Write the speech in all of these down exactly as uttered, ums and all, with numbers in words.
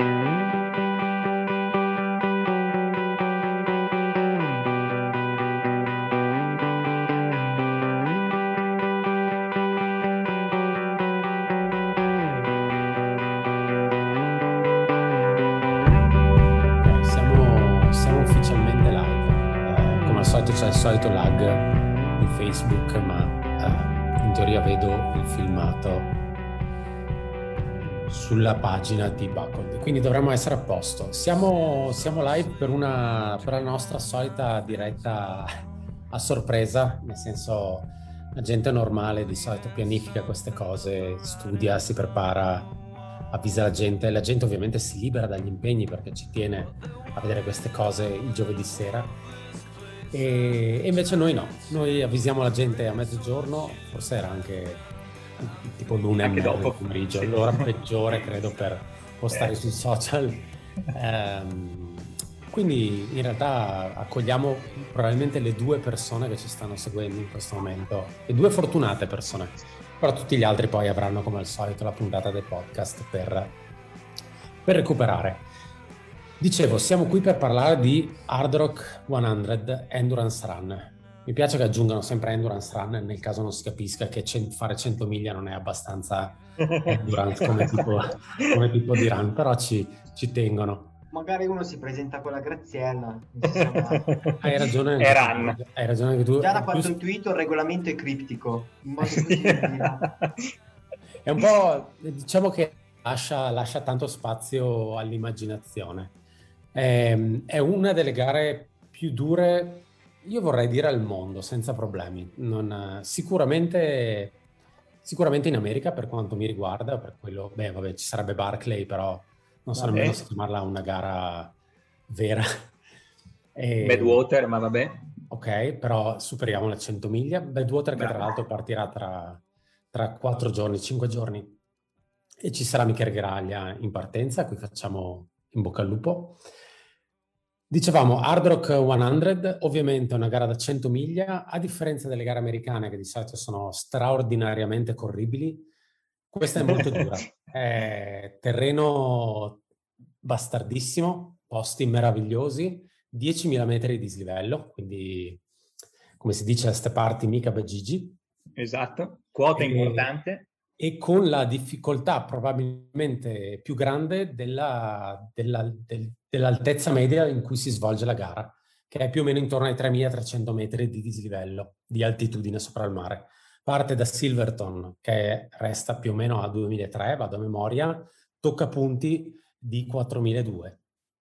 C'è il solito lag di Facebook, ma eh, in teoria vedo il filmato sulla pagina di Buckled, quindi dovremmo essere a posto. Siamo, siamo live per, una, per la nostra solita diretta a sorpresa, nel senso la gente normale di solito pianifica queste cose, studia, si prepara, avvisa la gente, la gente ovviamente si libera dagli impegni perché ci tiene a vedere queste cose il giovedì sera. E invece noi no, noi avvisiamo la gente a mezzogiorno, forse era anche tipo l'una e mezza del pomeriggio, sì. L'ora peggiore credo per postare eh. sui social. Ehm, quindi in realtà accogliamo probabilmente le due persone che ci stanno seguendo in questo momento, le due fortunate persone, però tutti gli altri poi avranno come al solito la puntata del podcast per, per recuperare. Dicevo, siamo qui per parlare di Hard Rock cento Endurance Run. Mi piace che aggiungano sempre Endurance Run nel caso non si capisca che c- fare cento miglia non è abbastanza endurance come tipo, come tipo di run, però ci, ci tengono. Magari uno si presenta con la graziella. Non si sa mai. Hai ragione è anche run. tu. Hai ragione anche tu. Già da quanto intuito il regolamento è criptico. In modo così è un po', diciamo che lascia, lascia tanto spazio all'immaginazione. È una delle gare più dure, io vorrei dire, al mondo, senza problemi. Non, sicuramente, sicuramente in America, per quanto mi riguarda, per quello, beh, vabbè, ci sarebbe Barclay, però non so nemmeno se chiamarla una gara vera. E... Badwater, ma vabbè. Ok, però superiamo le cento miglia. Badwater che tra l'altro partirà tra, tra quattro giorni, cinque giorni, e ci sarà Michele Graglia in partenza, qui facciamo in bocca al lupo. Dicevamo, Hard Rock cento, ovviamente una gara da cento miglia, a differenza delle gare americane che di solito sono straordinariamente corribili, questa è molto dura. È terreno bastardissimo, posti meravigliosi, diecimila metri di dislivello, quindi come si dice a ste parti mica Bagigi. Esatto, quota e, importante. E con la difficoltà probabilmente più grande della, della, del, dell'altezza media in cui si svolge la gara, che è più o meno intorno ai tremilatrecento metri di dislivello, di altitudine sopra il mare. Parte da Silverton, che resta più o meno a duemilatrecento, vado a memoria, tocca punti di quattromiladuecento.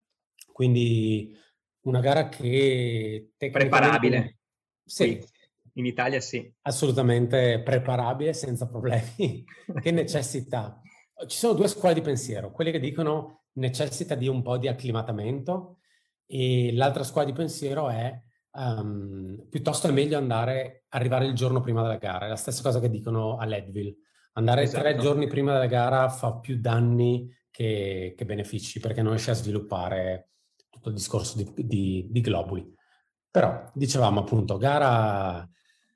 Quindi una gara che preparabile. Sì. Qui, in Italia sì. Assolutamente preparabile, senza problemi. Che necessita? Ci sono due scuole di pensiero, quelle che dicono necessita di un po' di acclimatamento, e l'altra scuola di pensiero è um, piuttosto è meglio andare, arrivare il giorno prima della gara. È la stessa cosa che dicono a Leadville. Andare esatto. tre giorni prima della gara fa più danni che, che benefici, perché non riesce a sviluppare tutto il discorso di, di, di globuli. Però, dicevamo appunto, gara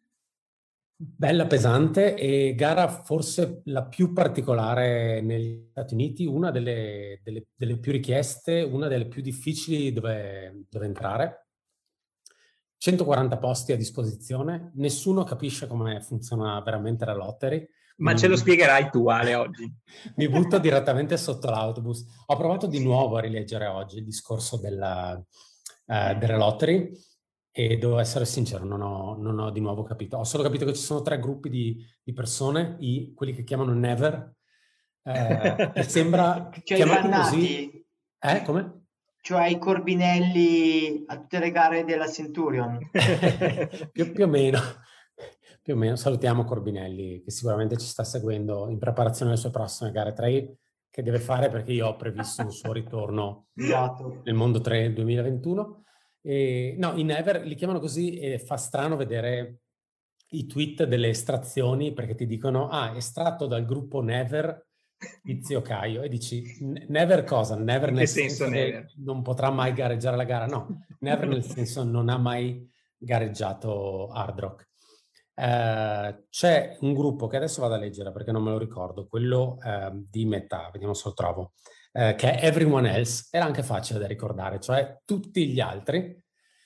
bella pesante e gara forse la più particolare negli Stati Uniti, una delle, delle, delle più richieste, una delle più difficili dove, dove entrare. centoquaranta posti a disposizione, nessuno capisce come funziona veramente la lottery. Ma ce lo spiegherai tu, Ale, oggi. Mi butto direttamente sotto l'autobus. Ho provato di nuovo a rileggere oggi il discorso della, uh, della lottery e devo essere sincero, non ho, non ho di nuovo capito. Ho solo capito che ci sono tre gruppi di, di persone, i, quelli che chiamano Never, eh, che sembra cioè chiamati così. Eh, come? Cioè i Corbinelli a tutte le gare della Centurion. più, più o meno. Più o meno. Salutiamo Corbinelli, che sicuramente ci sta seguendo in preparazione alle sue prossime gare trail, che deve fare perché io ho previsto un suo ritorno nel Mondo Trail duemilaventuno. E, no, i Never li chiamano così e fa strano vedere i tweet delle estrazioni, perché ti dicono, ah, estratto dal gruppo Never Tizio Caio, e dici, Never cosa? Never nel senso, senso never? Che non potrà mai gareggiare la gara? No, Never nel senso non ha mai gareggiato Hard Rock. Uh, c'è un gruppo che adesso vado a leggere perché non me lo ricordo, quello uh, di metà, vediamo se lo trovo. eh, che è Everyone Else, era anche facile da ricordare, cioè tutti gli altri.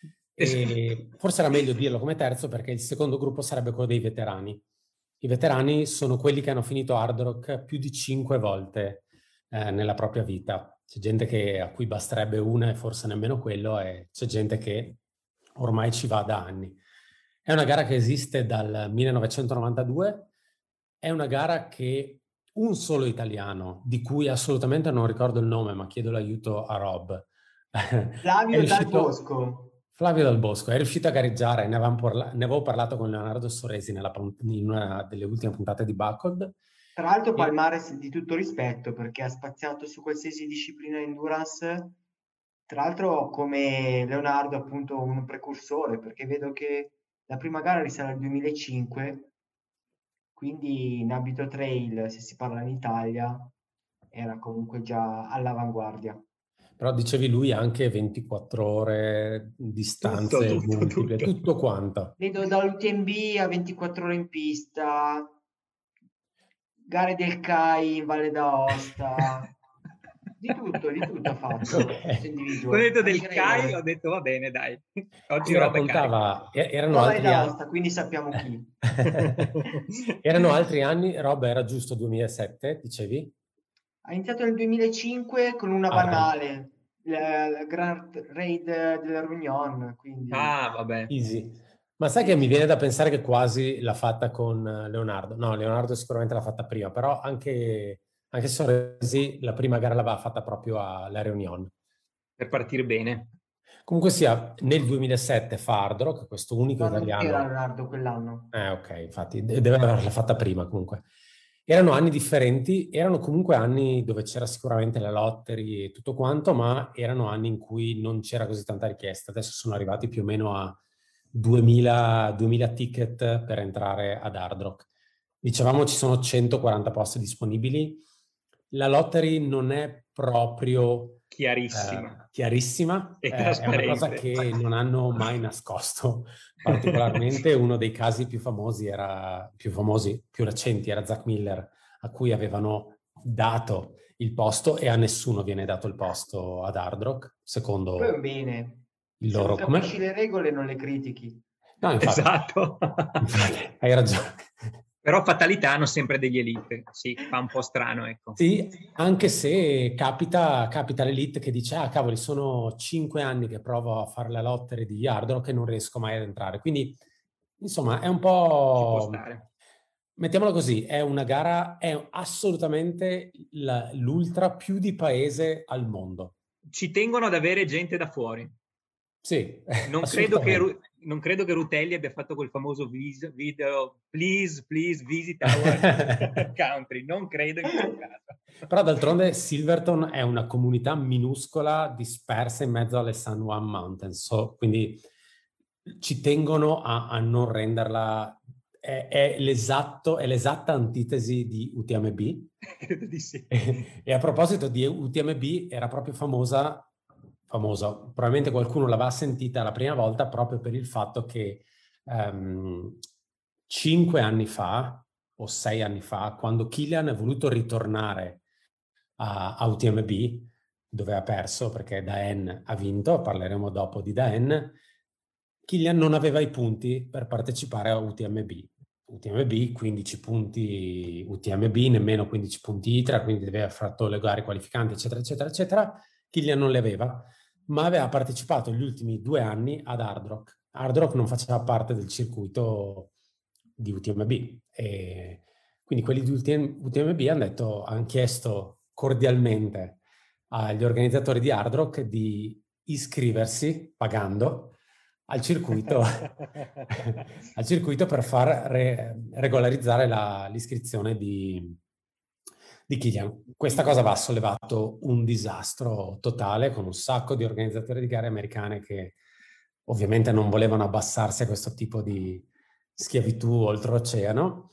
E forse era meglio dirlo come terzo perché il secondo gruppo sarebbe quello dei veterani. I veterani sono quelli che hanno finito Hard Rock più di cinque volte eh, nella propria vita. C'è gente che, a cui basterebbe una e forse nemmeno quello, e c'è gente che ormai ci va da anni. È una gara che esiste dal millenovecentonovantadue, è una gara che un solo italiano, di cui assolutamente non ricordo il nome, ma chiedo l'aiuto a Rob, è Flavio Dal riuscito... Bosco. Flavio Dal Bosco è riuscito a gareggiare, ne avevamo, parla- ne avevo parlato con Leonardo Soresi nella, pun- in una delle ultime puntate di Buckled. Tra l'altro E... Palmares di tutto rispetto perché ha spaziato su qualsiasi disciplina endurance, tra l'altro come Leonardo appunto un precursore, perché vedo che la prima gara risale al duemilacinque, quindi in abito trail, se si parla in Italia, era comunque già all'avanguardia. Però dicevi lui anche ventiquattro ore, Tutto, distanze tutto, multiple, tutto. tutto quanto. Vedo dall'U T M B a ventiquattro ore in pista, gare del C A I in Valle d'Aosta, di tutto, di tutto ha fatto questo Ok. individuo, Quando ho detto del anche C A I ho regole. detto va bene, dai, oggi Lui roba è carica. raccontava, e- erano No, Valle altri anni, d'Aosta, quindi sappiamo chi. erano altri anni, Rob, era giusto duemilasette, dicevi? Ha iniziato nel duemilacinque con una Hard Rock. banale, la, la Grand Raid della Réunion, quindi Ah, vabbè. Easy. Ma sai che sì, mi sì. viene da pensare che quasi l'ha fatta con Leonardo? No, Leonardo sicuramente l'ha fatta prima, però anche, anche Soresi la prima gara l'aveva fatta proprio alla Réunion. Per partire bene. Comunque sia, nel duemilasette fa Hard Rock, questo unico No, non c'era italiano. Leonardo quell'anno. Eh, ok, infatti, de- deve averla fatta prima comunque. Erano anni differenti, erano comunque anni dove c'era sicuramente la lottery e tutto quanto, ma erano anni in cui non c'era così tanta richiesta. Adesso sono arrivati più o meno a duemila, duemila ticket per entrare ad Hard Rock. Dicevamo ci sono centoquaranta posti disponibili. La lottery non è proprio Chiarissima eh, chiarissima, e eh, è una cosa trasparente. che non hanno mai nascosto. Particolarmente uno dei casi più famosi era, più famosi, più recenti, era Zach Miller, a cui avevano dato il posto e a nessuno viene dato il posto ad Hard Rock, Poi è un secondo bene, il se non loro... capisci Come? le regole non le critichi. No, infatti, Esatto. infatti, hai ragione. Però fatalità hanno sempre degli elite. Sì, fa un po' strano, ecco. Sì, anche se capita, capita l'elite che dice, ah cavoli, sono cinque anni che provo a fare la lottery di Hard Rock e non riesco mai ad entrare. Quindi, insomma, è un Ci può po'... stare. Mettiamola così, è una gara, è assolutamente la- l'ultra più di paese al mondo. Ci tengono ad avere gente da fuori. Sì, Non credo che, assolutamente. Ru- non credo che Rutelli abbia fatto quel famoso vis- video please, please visit our country. Non credo in quel caso. Però d'altronde Silverton è una comunità minuscola dispersa in mezzo alle San Juan Mountains, so, quindi ci tengono a, a non renderla... È, è l'esatto, è l'esatta antitesi di U T M B. Credo di sì. E, e a proposito di U T M B, era proprio famosa, famosa, probabilmente qualcuno l'aveva sentita la prima volta proprio per il fatto che um, cinque anni fa o sei anni fa, quando Kilian è voluto ritornare a, a U T M B, dove ha perso perché Daen ha vinto, parleremo dopo di Daen, Kilian non aveva i punti per partecipare a U T M B. U T M B, quindici punti U T M B, nemmeno quindici punti I T R A, quindi deve aver fatto le gare qualificanti, eccetera, eccetera, eccetera. Kilian non le aveva, ma aveva partecipato gli ultimi due anni ad Hard Rock. Hard Rock non faceva parte del circuito di U T M B. E quindi quelli di U T M B hanno detto, hanno chiesto cordialmente agli organizzatori di Hard Rock di iscriversi pagando al circuito, al circuito per far re, regolarizzare la, l'iscrizione di, di Kilian. Questa cosa va sollevato un disastro totale con un sacco di organizzatori di gare americane che ovviamente non volevano abbassarsi a questo tipo di schiavitù oltreoceano.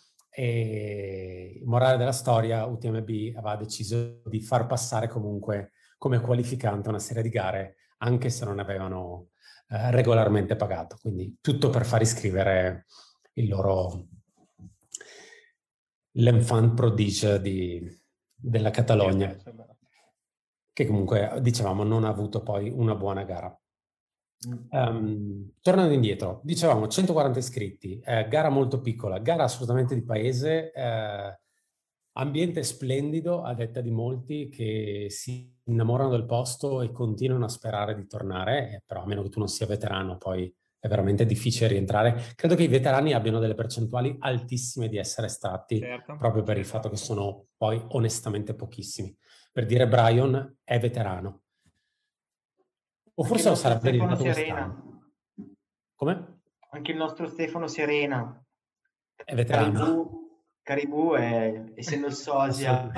E morale della storia, U T M B aveva deciso di far passare comunque come qualificante una serie di gare anche se non avevano eh, regolarmente pagato, quindi tutto per far iscrivere il loro l'enfant prodige di, della Catalogna. che comunque, dicevamo, non ha avuto poi una buona gara. Um, tornando indietro, dicevamo centoquaranta iscritti, eh, gara molto piccola, gara assolutamente di paese, eh, ambiente splendido a detta di molti che si innamorano del posto e continuano a sperare di tornare, eh, però a meno che tu non sia veterano poi è veramente difficile rientrare. Credo che i veterani abbiano delle percentuali altissime di essere estratti, certo, proprio per certo. il fatto che sono poi onestamente pochissimi. Per dire, Brian è veterano. O Anche forse il lo nostro sarebbe Stefano diventato Serena. quest'anno. Come? Anche il nostro Stefano Serena. È veterano. Caribou, Caribou è, essendo il sosia,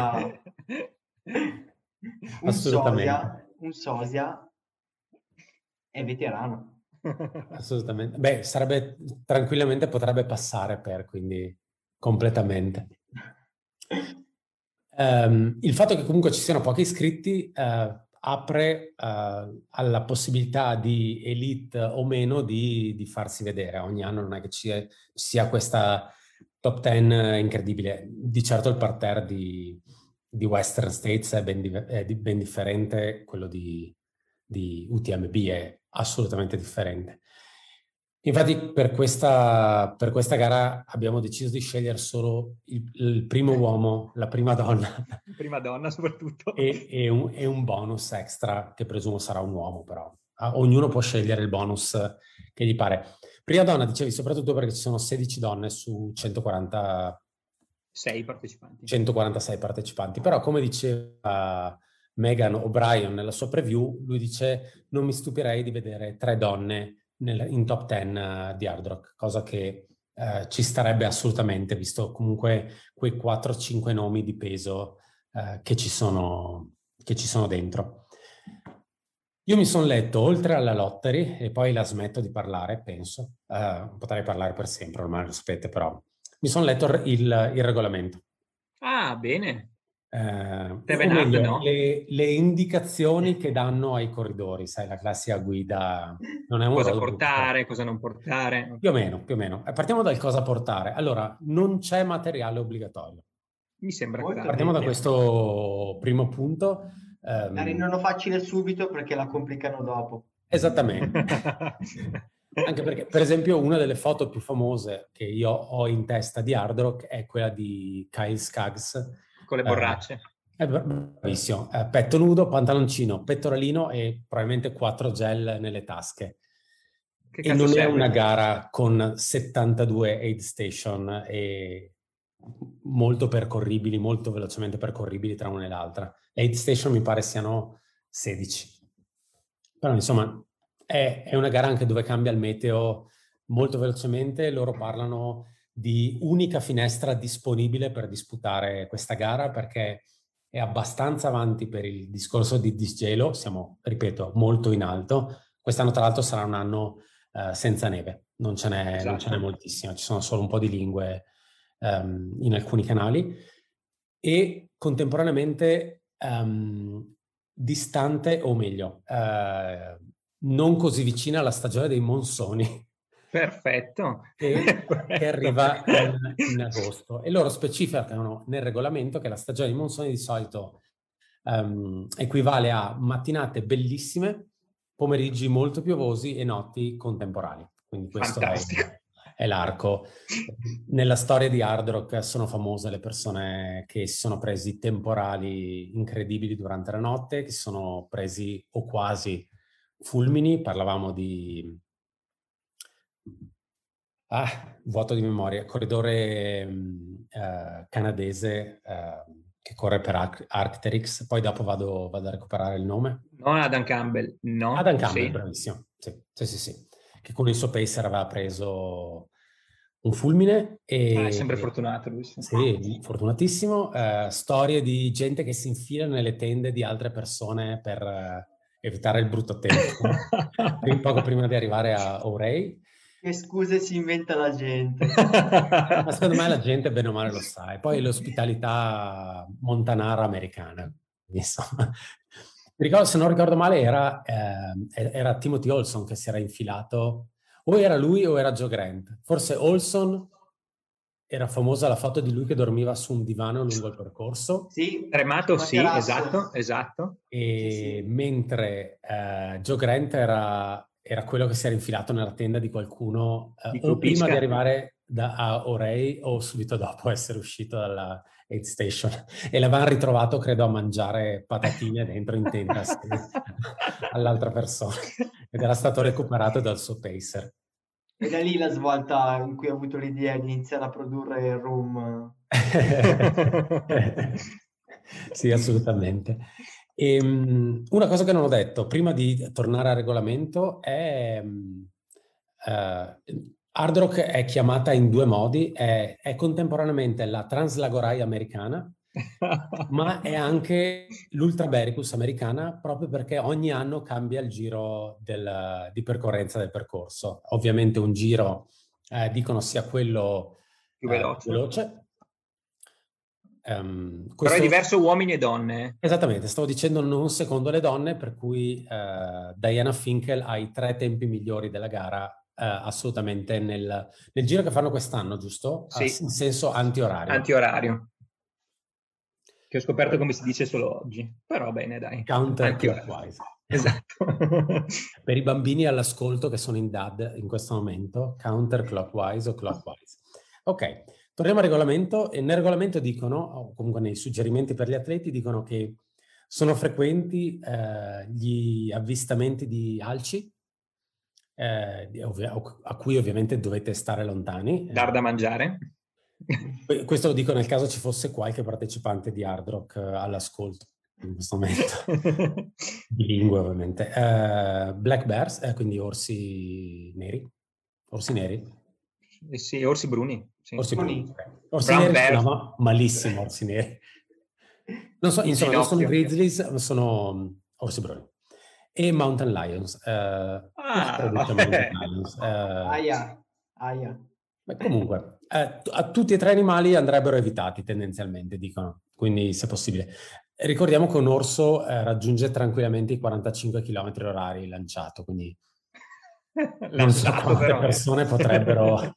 un sosia, un sosia è veterano. Assolutamente. Beh, sarebbe tranquillamente potrebbe passare per, quindi completamente. Um, il fatto che comunque ci siano pochi iscritti uh, apre uh, alla possibilità di elite o meno di, di farsi vedere. Ogni anno non è che ci, è, ci sia questa top dieci incredibile. Di certo il parterre di, di Western States è ben, di, è ben differente, quello di, di U T M B è assolutamente differente. Infatti per questa, per questa gara abbiamo deciso di scegliere solo il, il primo uomo, la prima donna. Prima donna soprattutto. E, e, un, e un bonus extra, che presumo sarà un uomo però. Ah, ognuno può scegliere il bonus che gli pare. Prima donna, dicevi, soprattutto perché ci sono sedici donne su centoquarantasei partecipanti. centoquarantasei partecipanti. Però come diceva Megan O'Brien nella sua preview, lui dice non mi stupirei di vedere tre donne nel, in top dieci uh, di Hard Rock, cosa che uh, ci starebbe assolutamente, visto comunque quei quattro cinque nomi di peso uh, che, ci sono, che ci sono dentro. Io mi sono letto, oltre alla lottery, e poi la smetto di parlare, penso, uh, potrei parlare per sempre, ormai lo sapete, però mi sono letto il, il regolamento. Ah, bene. Eh, Seven o meglio, Hard, no? le, le indicazioni che danno ai corridori, sai, la classica guida, non è un cosa roadbook, portare, però. cosa non portare. Più o meno, più o meno. Partiamo dal cosa portare. Allora, non c'è materiale obbligatorio. Mi sembra Molto che Partiamo da bene. questo primo punto. La rendono facile subito perché la complicano dopo. Esattamente. Anche perché, per esempio, una delle foto più famose che io ho in testa di Hard Rock è quella di Kyle Skaggs. Con le borracce. Eh, bravissimo. Eh, petto nudo, pantaloncino, pettoralino e probabilmente quattro gel nelle tasche. Che e non serve? È una gara con settantadue aid station e molto percorribili, molto velocemente percorribili tra una e l'altra. Aid station mi pare siano sedici. Però insomma è, è una gara anche dove cambia il meteo molto velocemente. Loro parlano di unica finestra disponibile per disputare questa gara perché è abbastanza avanti per il discorso di disgelo. Siamo, ripeto, molto in alto. Quest'anno tra l'altro sarà un anno uh, senza neve, non ce n'è, esatto. non ce n'è moltissima, ci sono solo un po' di lingue um, in alcuni canali e contemporaneamente um, distante, o meglio, uh, non così vicina alla stagione dei monsoni. Perfetto. Che, Perfetto. che arriva in, in agosto. E loro specificano nel regolamento che la stagione dei monsoni di solito um, equivale a mattinate bellissime, pomeriggi molto piovosi e notti contemporanei. Quindi questo è, è l'arco. Nella storia di Hard Rock sono famose le persone che si sono presi temporali incredibili durante la notte, che si sono presi o quasi fulmini. Parlavamo di... Ah, vuoto di memoria. Corridore um, uh, canadese uh, che corre per Ar- Arc'teryx. Poi dopo vado, vado a recuperare il nome. Non Adam Campbell, no. Adam Campbell, sì. bravissimo. Sì, sì, sì, sì. Che con il suo pacer aveva preso un fulmine. E, ah, è sempre fortunato lui. Sì, sì fortunatissimo. Uh, storie di gente che si infila nelle tende di altre persone per uh, evitare il brutto tempo. Poco prima di arrivare a O'Reilly. Che scuse si inventa la gente. Ma secondo me la gente bene o male lo sa. E poi l'ospitalità montanara americana. Insomma. Ricordo, se non ricordo male era, eh, era Timothy Olson che si era infilato. O era lui o era Joe Grant. Forse Olson era famosa la foto di lui che dormiva su un divano lungo il percorso. Sì, Tremato, sul sì, materasso. esatto, esatto. E Sì, sì. mentre eh, Joe Grant era, era quello che si era infilato nella tenda di qualcuno eh, Di o prima di Krupiska. arrivare da, a O'Reilly o subito dopo essere uscito dalla aid station. E l'avevano ritrovato, credo, a mangiare patatine dentro in tenda assieme all'altra persona. Ed era stato recuperato dal suo pacer. E da lì la svolta in cui ho avuto l'idea di iniziare a produrre il rum. Sì, assolutamente. E, um, una cosa che non ho detto prima di tornare all'argolamento è um, uh, Hard Rock è chiamata in due modi, è, è contemporaneamente la Translagorai americana, ma è anche l'Ultra Bericus americana, proprio perché ogni anno cambia il giro del, di percorrenza del percorso. Ovviamente un giro eh, dicono sia quello più eh, veloce. veloce. Um, questo... Però è diverso uomini e donne. Esattamente, stavo dicendo non secondo le donne, per cui uh, Diana Finkel ha i tre tempi migliori della gara uh, assolutamente nel, nel giro che fanno quest'anno, giusto? Sì. Uh, in senso antiorario. Antiorario. Che ho scoperto come si dice solo oggi. Però bene, dai. Counterclockwise. Esatto. Per i bambini all'ascolto che sono in D A D in questo momento, counterclockwise o clockwise. Ok, torniamo al regolamento. E nel regolamento dicono, o comunque nei suggerimenti per gli atleti, dicono che sono frequenti eh, gli avvistamenti di alci, eh, a cui ovviamente dovete stare lontani. Dar da mangiare. Questo lo dico nel caso ci fosse qualche partecipante di Hard Rock all'ascolto in questo momento. Bilingue ovviamente. Uh, black bears, eh, quindi orsi neri. Orsi neri? Eh sì, orsi bruni. Sì. Orsi bruni. Okay. Orsi Brown neri bear. si chiama malissimo orsi neri. Non so, insomma, non sono grizzlies, ma sono orsi bruni. E mountain lions. Uh, ah, mountain lions. Uh, aia, aia. Beh, comunque, eh, a tutti e tre animali andrebbero evitati tendenzialmente, dicono, quindi se possibile. Ricordiamo che un orso eh, raggiunge tranquillamente i quarantacinque chilometri orari lanciato, quindi non so quante però. persone potrebbero...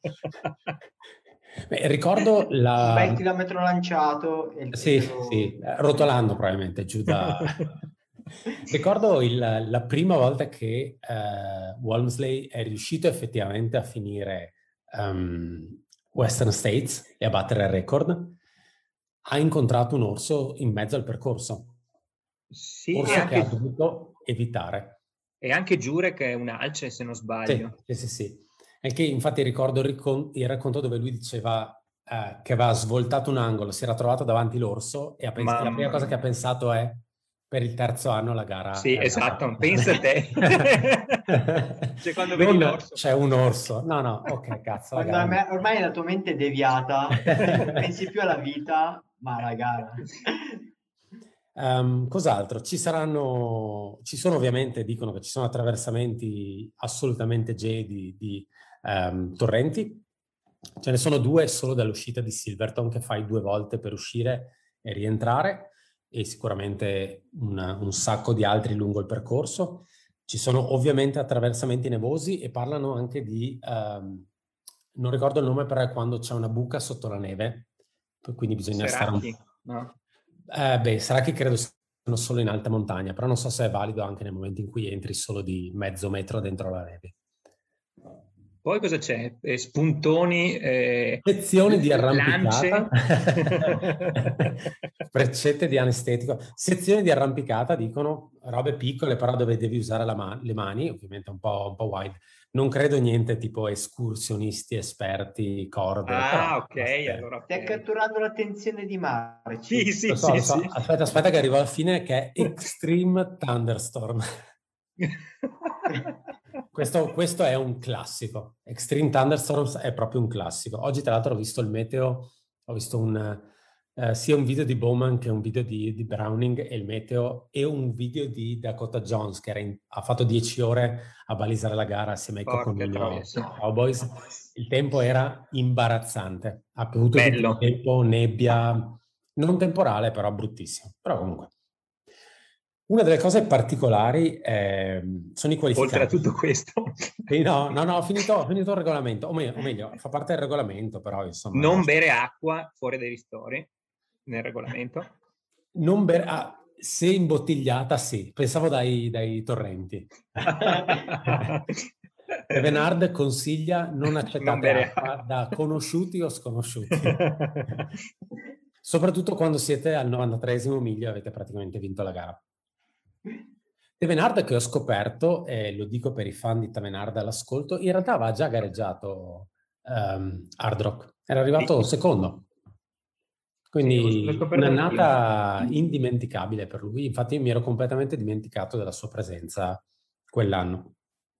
Beh, ricordo la... Un bel chilometro lanciato. E il sì, tiro... sì, rotolando probabilmente giù da... Ricordo il, la prima volta che uh, Walmsley è riuscito effettivamente a finire um, Western States e a battere il record, ha incontrato un orso in mezzo al percorso. Sì, orso anche... che ha dovuto evitare. E anche Giure che è un alce, se non sbaglio. Sì, sì, sì. sì. E che infatti ricordo il, ricon- il racconto dove lui diceva uh, che aveva svoltato un angolo, si era trovato davanti l'orso e ha pens- la prima cosa che ha pensato è per il terzo anno la gara. Sì, esatto, pensa a te. Cioè, quando vedi l'orso. C'è un orso. No, no, ok, cazzo. La gara. Me, ormai la tua mente è deviata, non pensi più alla vita, ma alla gara. Um, cos'altro? Ci saranno, ci sono ovviamente, dicono che ci sono attraversamenti assolutamente gelidi di um, torrenti. Ce ne sono due solo dall'uscita di Silverton che fai due volte per uscire e rientrare, e sicuramente un, un sacco di altri lungo il percorso. Ci sono ovviamente attraversamenti nevosi e parlano anche di, um, non ricordo il nome, però è quando c'è una buca sotto la neve, quindi bisogna Seracchi, stare un... no? Eh, beh, sarà che credo siano solo in alta montagna, però non so se è valido anche nel momento in cui entri solo di mezzo metro dentro la neve. Poi cosa c'è? Eh, spuntoni, eh, sezioni di arrampicata, freccette di anestetico, sezioni di arrampicata, dicono, robe piccole però dove devi usare la man- le mani, ovviamente un po', un po' wide. Non credo niente tipo escursionisti, esperti, corde. Ah, però, ok, allora Stai okay. catturando l'attenzione di Marci. Sì, sì, lo so, sì, lo so. sì. Aspetta, aspetta che arrivo alla fine, che è Extreme Thunderstorm. Questo, questo è un classico. Extreme Thunderstorms è proprio un classico. Oggi tra l'altro ho visto il meteo, ho visto un, eh, sia un video di Bowman che un video di, di Browning e il meteo, e un video di Dakota Jones che era in, ha fatto dieci ore a balisare la gara assieme ai Coconino Cowboys. Il tempo era imbarazzante. Ha piovuto tutto il tempo, nebbia, non temporale però bruttissimo. Però comunque. Una delle cose particolari eh, sono i qualificanti. Oltre a tutto questo. E no, no, no, ho finito, ho finito il regolamento, o meglio, o meglio, fa parte del regolamento, però insomma... Non bere acqua fuori dai ristori, nel regolamento. Non bere... Ah, se imbottigliata, sì. Pensavo dai, dai torrenti. Evenard consiglia non accettate Non bere acqua acqua. da conosciuti o sconosciuti. Soprattutto quando siete al novantatreesimo miglio e avete praticamente vinto la gara. Tavenard, che ho scoperto, e lo dico per i fan di Tavenard all'ascolto, in realtà aveva già gareggiato um, Hard Rock. Era arrivato Sì. secondo. Quindi sì, un'annata indimenticabile per lui. Infatti mi ero completamente dimenticato della sua presenza quell'anno.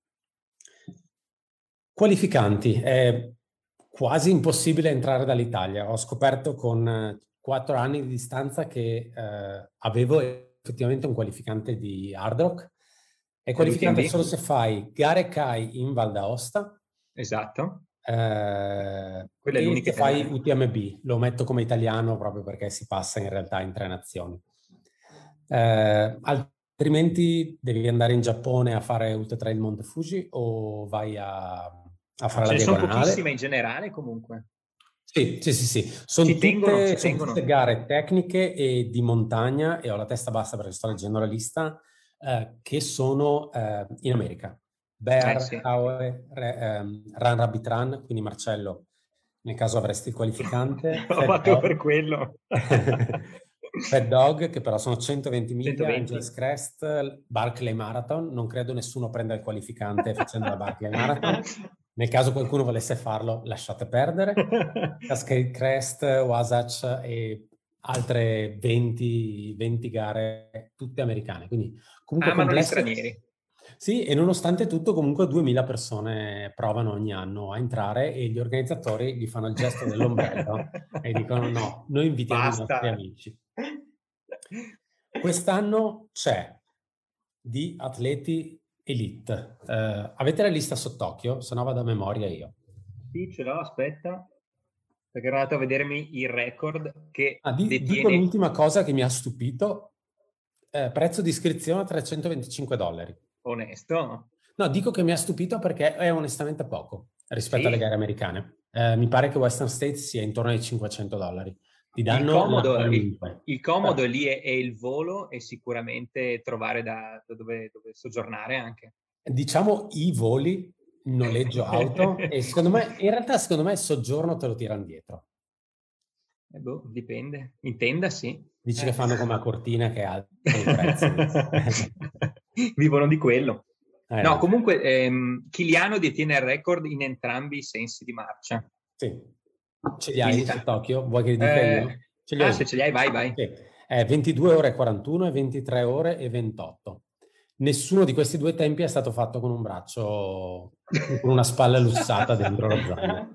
Qualificanti. È quasi impossibile entrare dall'Italia. Ho scoperto con quattro anni di distanza che eh, avevo effettivamente un qualificante di Hard Rock. È qualificante solo se fai gare C A I in Val d'Aosta. Esatto. Eh, Quella è e l'unica se fai U T M B. Lo metto come italiano proprio perché si passa in realtà in tre nazioni. Eh, altrimenti devi andare in Giappone a fare Ultra Trail Monte Fuji o vai a, a fare Ce la ne sono diagonale. pochissime in generale comunque. Sì, sì, sì, sì. Sono, ci tutte, tengono, ci sono tengono. tutte gare tecniche e di montagna, e ho la testa bassa perché sto leggendo la lista, eh, che sono eh, in America. Bear, eh, sì. Haue, ehm, Run Rabbit Run, quindi Marcello, nel caso avresti il qualificante. L'ho fatto Dog. Per quello. Fat Dog, che però sono centoventi miglia, centoventi. Angels Crest, Barclay Marathon. Non credo nessuno prenda il qualificante facendo la Barclay Marathon. Nel caso qualcuno volesse farlo, lasciate perdere. Cascade Crest, Wasatch e altre venti, venti gare, tutte americane. Quindi comunque amano complesse. Gli stranieri. Sì, e nonostante tutto comunque duemila persone provano ogni anno a entrare e gli organizzatori gli fanno il gesto dell'ombrello e dicono no, noi invitiamo Basta. i nostri amici. Quest'anno c'è di atleti elite. Uh, avete la lista sott'occhio? Se no vado a memoria io. Sì, ce l'ho, aspetta. Perché ero andato a vedermi il record che ah, di, detiene... Dico l'ultima cosa che mi ha stupito. Eh, prezzo di iscrizione a trecentoventicinque dollari. Onesto? No, dico che mi ha stupito perché è onestamente poco rispetto sì. alle gare americane. Eh, mi pare che Western States sia intorno ai cinquecento dollari. Ti danno il comodo, la il, il comodo Però. lì è, è il volo e sicuramente trovare da, da dove, dove soggiornare anche. Diciamo i voli, noleggio auto e secondo me, in realtà secondo me il soggiorno te lo tirano dietro. Eh boh, dipende. In tenda sì. Dici eh. che fanno come a Cortina che alzano i prezzi. Vivono di quello. Eh, no, no, comunque ehm, Chiliano detiene il record in entrambi i sensi di marcia. Sì. Ce li hai sott'occhio? Vuoi che li dica eh, io? Ce li ah, ho se io. ce li hai, vai, vai. Sì. È ventidue ore e quarantuno e ventitré ore e ventotto. Nessuno di questi due tempi è stato fatto con un braccio, con una spalla lussata dentro lo zaino.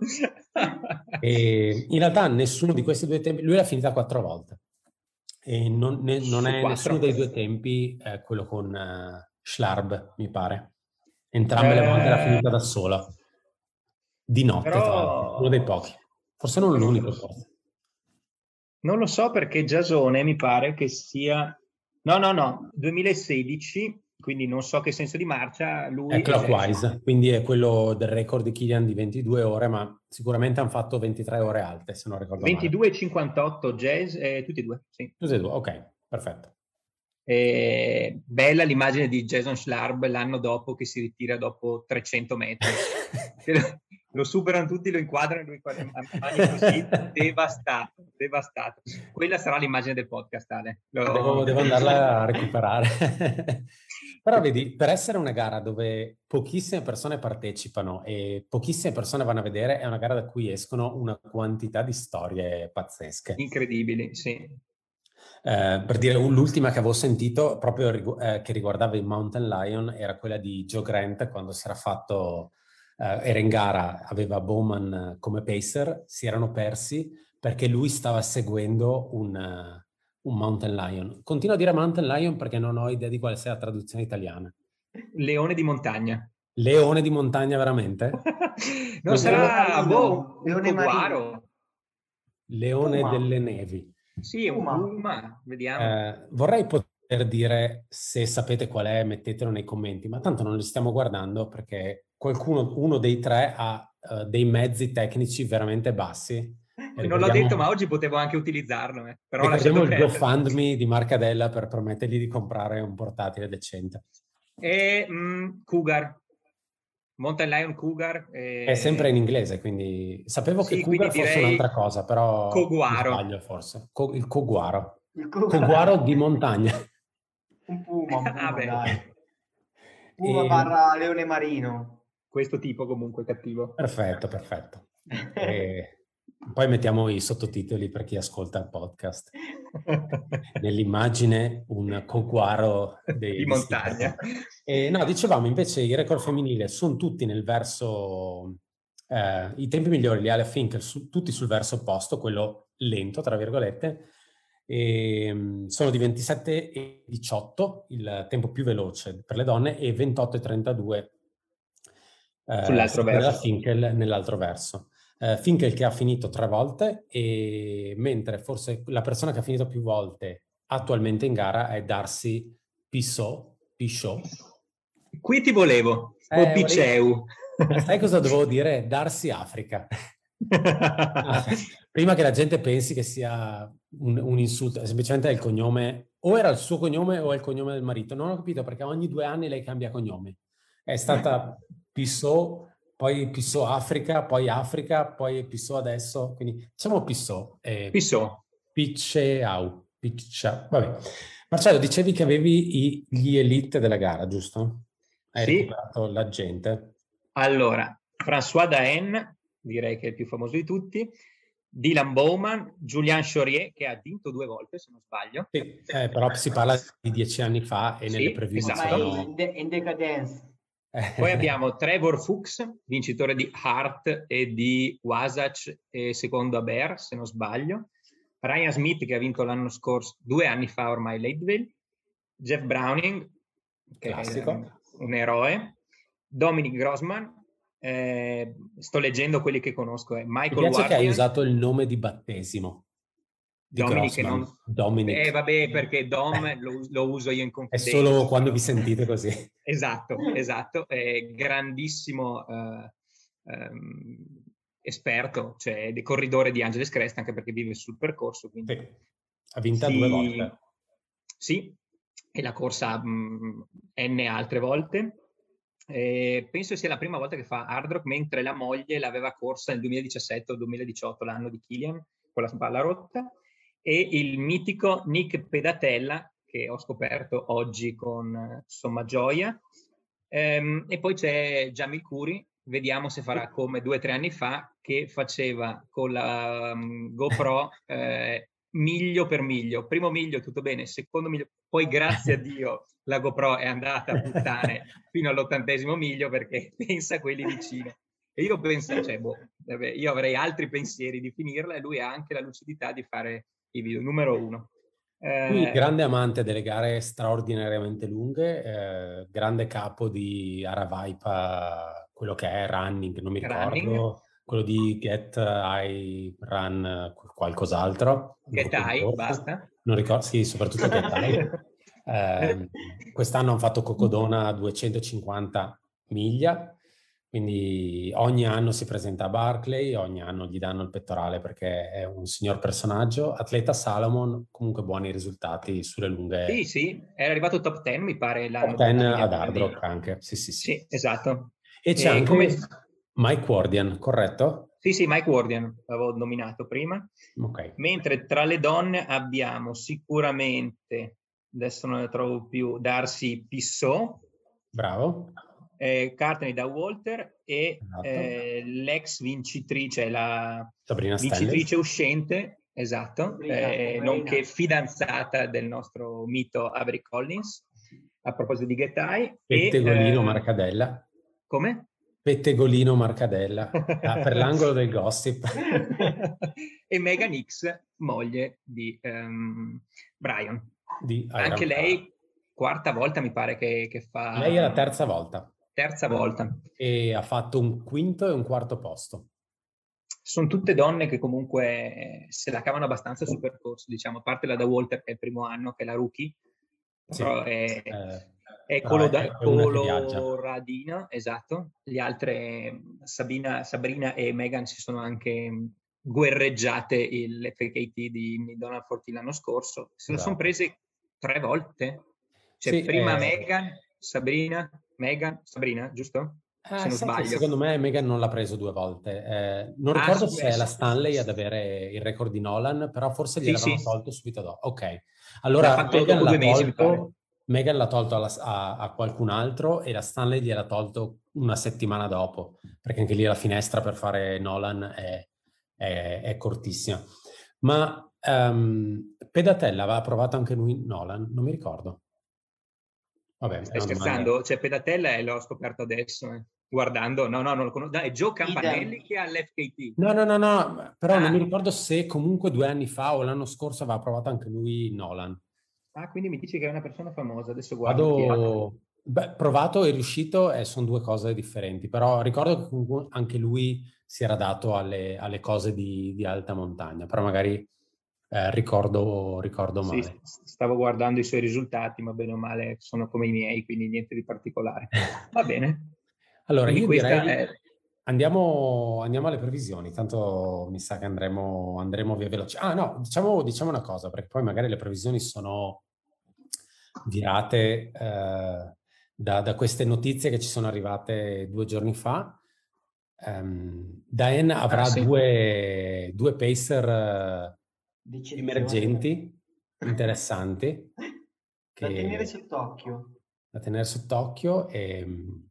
E in realtà nessuno di questi due tempi, lui l'ha finita quattro volte. E non, ne, non è quattro. Nessuno dei due tempi eh, quello con uh, Schlarb, mi pare. Entrambe le volte l'ha finita da sola. Di notte, Però... tra l'altro, uno dei pochi. Forse non l'unico, forse. Non lo so perché Giasone mi pare che sia... No, no, no, duemilasedici, quindi non so che senso di marcia, lui... È clockwise, quindi è quello del record di Kilian di ventidue ore, ma sicuramente hanno fatto ventitré ore alte, se non ricordo male. ventidue e cinquantotto Jazz, eh, tutti e due, sì. Tutti e due, ok, perfetto. Eh, bella l'immagine di Jason Schlarb l'anno dopo che si ritira dopo trecento metri. Lo superano tutti, lo inquadrano e lui fa le mani così, devastato, devastato. Quella sarà l'immagine del podcast, Ale. Lo... Devo, devo andarla a recuperare. Però vedi, per essere una gara dove pochissime persone partecipano e pochissime persone vanno a vedere, è una gara da cui escono una quantità di storie pazzesche. Incredibili, sì. Eh, per dire, l'ultima che avevo sentito, proprio rigu- eh, che riguardava il Mountain Lion, era quella di Joe Grant, quando si era fatto... Uh, era in gara, aveva Bowman come pacer, si erano persi perché lui stava seguendo un, uh, un Mountain Lion. Continuo a dire Mountain Lion perché non ho idea di quale sia la traduzione italiana. Leone di montagna. Leone di montagna, veramente? non sarà boh, un coguaro. Leone Puma. Delle nevi. Sì, un Puma, vediamo. Uh, vorrei poter per dire se sapete qual è, mettetelo nei commenti, ma tanto non li stiamo guardando perché qualcuno, uno dei tre ha uh, dei mezzi tecnici veramente bassi. E non l'ho detto, ma oggi potevo anche utilizzarlo, eh. Però ho lasciato ricordiamo il perdere. GoFundMe di Marcadella per permettergli di comprare un portatile decente. E mh, Cougar, Mountain Lion Cougar. E... È sempre in inglese, quindi sapevo sì, che Cougar fosse un'altra cosa, però Coguaro. mi sbaglio forse. Co- il Coguaro. Il Coguaro. Coguaro di montagna. Un puma, un puma, ah, dai. Puma E... barra leone marino. Questo tipo comunque cattivo. Perfetto, perfetto. E poi mettiamo i sottotitoli per chi ascolta il podcast. Nell'immagine un coguaro dei, di montagna. E, no, dicevamo invece i record femminili sono tutti nel verso... Eh, i tempi migliori li ha la Finkel su, tutti sul verso opposto, quello lento, tra virgolette. E, sono di ventisette e diciotto, il tempo più veloce per le donne, e ventotto e trentadue sull'altro eh, verso. Finkel nell'altro verso. Uh, Finkel che ha finito tre volte, e mentre forse la persona che ha finito più volte attualmente in gara è Darcy Pissot. Pissot. Qui ti volevo, eh, o Piceu. Ma sai cosa dovevo dire? Darcy Africa. Prima che la gente pensi che sia un, un insulto, semplicemente è il cognome, o era il suo cognome o è il cognome del marito. Non ho capito perché ogni due anni lei cambia cognome. È stata Pissot, poi Pissot Africa, poi Africa, poi Pissot adesso, quindi diciamo Pissot. Eh, Pissot. Picceau. Piccia. Vabbè. Marcello, dicevi che avevi i, gli elite della gara, giusto? Hai sì. recuperato la gente. Allora, François Daen, direi che è il più famoso di tutti, Dylan Bowman, Julian Chaurier, che ha vinto due volte, se non sbaglio. Sì, eh, però si parla di dieci anni fa e sì, nelle preview esatto. dicevano... in, de- in decadenza. Poi abbiamo Trevor Fuchs, vincitore di Hart e di Wasatch e secondo a Bear, se non sbaglio. Ryan Smith, che ha vinto l'anno scorso, due anni fa ormai, Leadville. Jeff Browning, che Classico. è un eroe. Dominic Grossman, eh, sto leggendo quelli che conosco. Eh. Michael Mi piace Wardian, che hai usato il nome di battesimo. Di Dominic, non... Dominic. Eh, vabbè, perché Dom lo, lo uso io in confidenza. È solo quando vi sentite così. Esatto, esatto. È grandissimo eh, ehm, esperto, cioè di corridore di Angeles Crest, anche perché vive sul percorso. Quindi sì. Ha vinta sì, due volte. Sì, e la corsa mh, N altre volte. Eh, penso sia la prima volta che fa hard rock, mentre la moglie l'aveva corsa nel duemiladiciassette o duemiladiciotto, l'anno di Kilian, con la spalla rotta. E il mitico Nick Pedatella, che ho scoperto oggi con somma gioia. Ehm, e poi c'è Jamil Kuri, vediamo se farà come due o tre anni fa, che faceva con la um, GoPro eh, miglio per miglio. Primo miglio tutto bene, secondo miglio, poi grazie a Dio la GoPro è andata a puttane fino all'ottantesimo miglio, perché pensa a quelli vicini. E io penso, cioè, boh, vabbè, io avrei altri pensieri di finirla, e lui ha anche la lucidità di fare i video. Numero uno. Lui, Eh, grande amante delle gare straordinariamente lunghe, eh, grande capo di Aravaipa, quello che è Running, non mi ricordo, running. quello di Get I Run qualcos'altro. Get I, basta. Non ricordo, sì, soprattutto Get I. Eh, quest'anno hanno fatto Cocodona a duecentocinquanta miglia, quindi ogni anno si presenta a Barclay, ogni anno gli danno il pettorale perché è un signor personaggio. Atleta Salomon, comunque buoni risultati sulle lunghe. Sì, sì, era arrivato top dieci, mi pare, l'anno top dieci ad hard rock anche, sì, sì, sì. Sì, esatto. E c'è e anche come... Mike Wardian, corretto? Sì, sì, Mike Wardian, l'avevo nominato prima. Ok. Mentre tra le donne abbiamo sicuramente, adesso non ne trovo più, Darcy Pissot. Bravo. Eh, Courtney Dauwalter e Esatto. eh, l'ex vincitrice, la Sabrina vincitrice Stellis. uscente, esatto, Sabrina, eh, Sabrina. nonché fidanzata del nostro mito Avery Collins, a proposito di Get I. Pettegolino e, eh, Marcadella. Come? Pettegolino Marcadella, ah, per l'angolo del gossip. E Megan X, moglie di um, Brian. Di Anche lei, quarta volta mi pare che, che fa... Lei è la terza volta. Terza volta. E ha fatto un quinto e un quarto posto. Sono tutte donne che comunque se la cavano abbastanza sul percorso, diciamo, a parte la da Walter che è il primo anno, che è la rookie, Sì, però è, eh, è, però è, è una che viaggia. coloradina, esatto. Le altre, Sabina, Sabrina e Megan, si sono anche guerreggiate il F K T di Donald Forti l'anno scorso. Se lo sono Esatto. prese tre volte. Cioè, Sì, prima eh, Megan, Sabrina, Megan, Sabrina, giusto? Se eh, non sai che sbaglio. secondo me Megan non l'ha preso due volte. Eh, non Ah, ricordo su, se eh, è la su- Stanley ad avere il record di Nolan, però forse sì, gliel'avevano sì, tolto subito dopo. Ok, l'ha allora fatto Megan dopo l'ha due mesi, mi pare. tolto, Megan l'ha tolto alla- a, a qualcun altro e la Stanley gliel'ha tolto una settimana dopo, perché anche lì la finestra per fare Nolan è, è- è cortissima. Ma ehm, Pedatella aveva provato anche lui Nolan? Non mi ricordo. Vabbè, è Stai una domanda. scherzando? Cioè, Pedatella e l'ho scoperto adesso, eh. Guardando. No, no, non lo conosco. Dai, è Joe Idem. Campanelli che ha l'F K T. No, no, no, no, però non mi Ah, ricordo se comunque due anni fa o l'anno scorso aveva provato anche lui Nolan. ah, quindi mi dici che è una persona famosa. Adesso guardo chi è. Vado, beh, provato e riuscito e sono due cose differenti, però ricordo che comunque anche lui si era dato alle, alle cose di, di alta montagna, però magari eh, ricordo, ricordo Sì, male. stavo guardando i suoi risultati, ma bene o male sono come i miei, quindi niente di particolare. Va bene. Allora, Quindi io questa direi è... andiamo, andiamo alle previsioni, tanto mi sa che andremo, andremo via veloci. Ah no, diciamo, diciamo una cosa, perché poi magari le previsioni sono virate eh, da, da queste notizie che ci sono arrivate due giorni fa. Um, Diane Ah, avrà sì. due, due pacer eh, D'eccezione. emergenti, interessanti, Da tenere che sott'occhio. da tenere sott'occhio. E,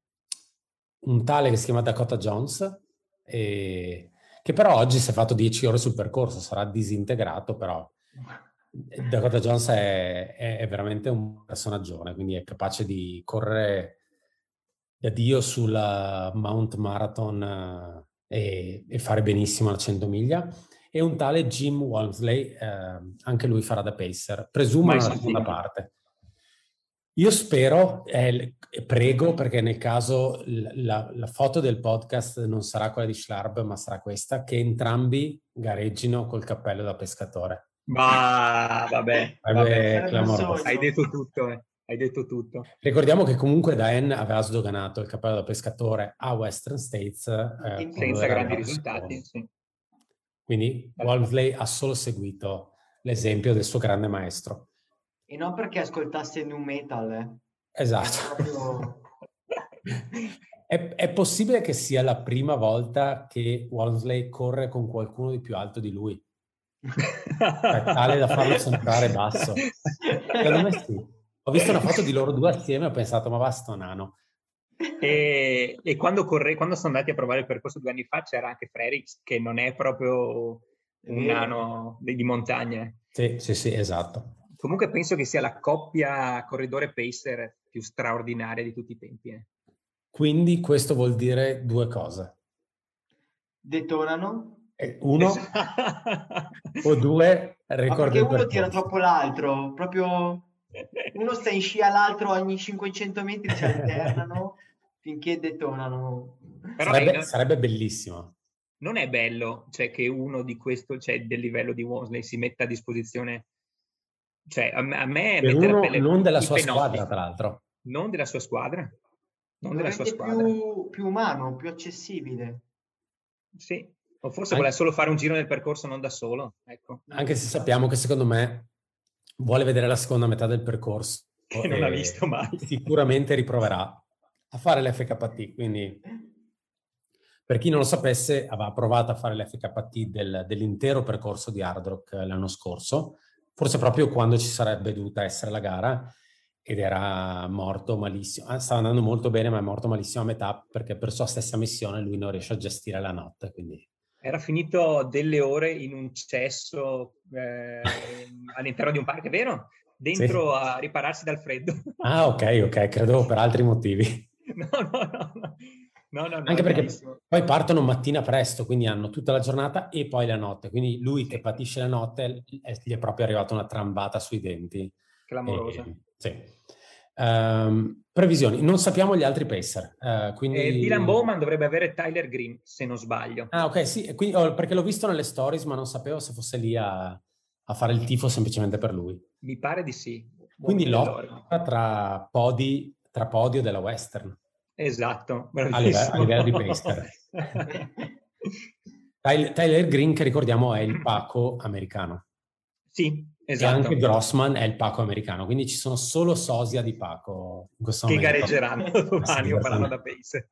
un tale che si chiama Dakota Jones, e, che però oggi si è fatto dieci ore sul percorso, sarà disintegrato, però Dakota Jones è, è, è veramente un personaggione, quindi è capace di correre da Dio sulla Mount Marathon eh, e, e fare benissimo la cento miglia. E un tale Jim Walmsley, eh, anche lui farà da pacer, presumo Mai nella seconda sentito. parte. Io spero e eh, prego, perché nel caso la, la foto del podcast non sarà quella di Schlarb, ma sarà questa, che entrambi gareggino col cappello da pescatore. Ma vabbè, vabbè. Sarebbe Sarebbe un clamoroso. Hai sogno. detto tutto, eh. Hai detto tutto. Ricordiamo che comunque Diane aveva sdoganato il cappello da pescatore a Western States eh, quando Senza era grandi arrivato risultati, secondo. sì. Quindi Walmsley ha solo seguito l'esempio del suo grande maestro. E non perché ascoltasse nu metal, eh. Esatto. Proprio... È, è possibile che sia la prima volta che Walmsley corre con qualcuno di più alto di lui? Cioè, tale da farlo sembrare basso. Secondo me sì. Ho visto una foto di loro due assieme e ho pensato, ma va sto nano. E, e quando, corre, quando sono andati a provare il percorso due anni fa c'era anche Frerix, che non è proprio È un vero. nano di, di montagna. Sì, sì, sì, esatto. Comunque penso che sia la coppia corridore-pacer più straordinaria di tutti i tempi. Eh. Quindi questo vuol dire due cose. Detonano. Eh, Uno o due, Ma record perché del uno tira percorso. troppo l'altro, proprio uno sta in scia all'altro, ogni cinquecento metri si alternano finché detonano. Però Sarebbe, eh, sarebbe bellissimo. non è bello, cioè, che uno di questo, cioè, del livello di Walmsley si metta a disposizione, cioè, a me, a me Per mette la uno pelle non della i sua penotti, squadra, tra l'altro. non della sua squadra, non Lo della sua rende squadra. più, più umano, più accessibile. Sì, o forse An- vuole solo fare un giro nel percorso non da solo, ecco. Anche se sappiamo che secondo me vuole vedere la seconda metà del percorso Che non ha visto e mai. sicuramente riproverà a fare l'F K T. Quindi, per chi non lo sapesse, aveva provato a fare l'F K T del, dell'intero percorso di Hard Rock l'anno scorso, forse proprio quando ci sarebbe dovuta essere la gara, ed era morto malissimo. Ah, stava andando molto bene, ma è morto malissimo a metà perché per sua stessa missione lui non riesce a gestire la notte. Quindi... Era finito delle ore in un cesso eh, all'interno di un parco, è vero? Dentro Sì. a ripararsi dal freddo. Ah, ok, ok, credevo per altri motivi. No, no, no, no, no, no, no, Anche è perché bellissimo. poi partono mattina presto, quindi hanno tutta la giornata e poi la notte. Quindi lui Sì. che patisce la notte è- gli è proprio arrivata una trambata sui denti. Clamorosa. E, sì. Um, previsioni. Non sappiamo gli altri pacer. Uh, quindi... Eh, Dylan Bowman dovrebbe avere Tyler Green, se non sbaglio. Ah, ok, sì, quindi, oh, perché l'ho visto nelle stories, ma non sapevo se fosse lì a, a fare il tifo semplicemente per lui. Mi pare di sì. Quindi lotta tra podi, tra podio della Western. Esatto. A livello, a livello di pacer. Tyler, Tyler Green, che ricordiamo è il Paco americano. Sì, esatto. E anche Grossman è il Paco americano, quindi ci sono solo sosia di Paco in questo che momento. gareggeranno domani o faranno da pace.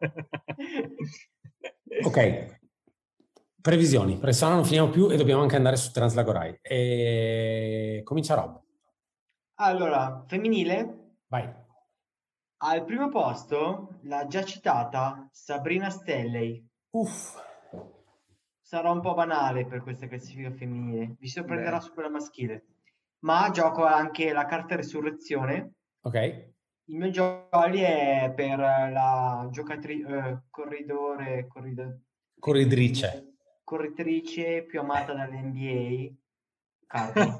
Ok, previsioni, perché se no non finiamo più e dobbiamo anche andare su Translagorai. E... comincia Rob. Allora, femminile? Vai. Al primo posto, la già citata Sabrina Stelley. Uff. Sarà un po' banale per questa classifica femminile, vi sorprenderà Beh. su quella maschile. Ma gioco anche la carta Resurrezione. Ok. Il mio jolly è per la giocatrice, eh, corridore, corrido, Corridrice. corritrice più amata dall'N B A, Cardi.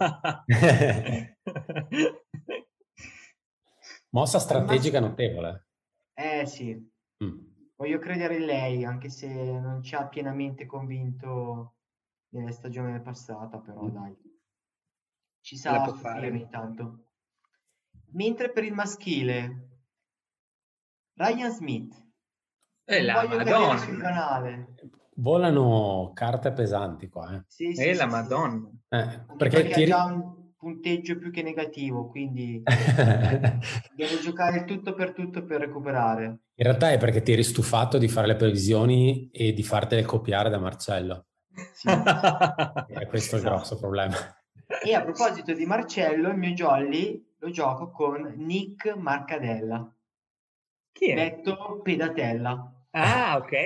Mossa strategica notevole. Eh sì, mm. voglio credere in lei, anche se non ci ha pienamente convinto nella stagione passata, però mm. dai, ci sa soffrire ogni tanto. Mentre per il maschile, Ryan Smith, e non la voglio Madonna. cadere sul canale. Volano carte pesanti qua, eh. Sì, sì, e sì, la sì, Madonna. Sì. Eh, perché, perché ti... ha già un punteggio più che negativo, quindi deve giocare il tutto per tutto per recuperare. In realtà è perché ti eri stufato di fare le previsioni e di fartele copiare da Marcello. Sì. E questo esatto. È il grosso problema. E a proposito di Marcello, il mio jolly lo gioco con Nick Marcadella. Chi è? Detto Pedatella. Ah, ok.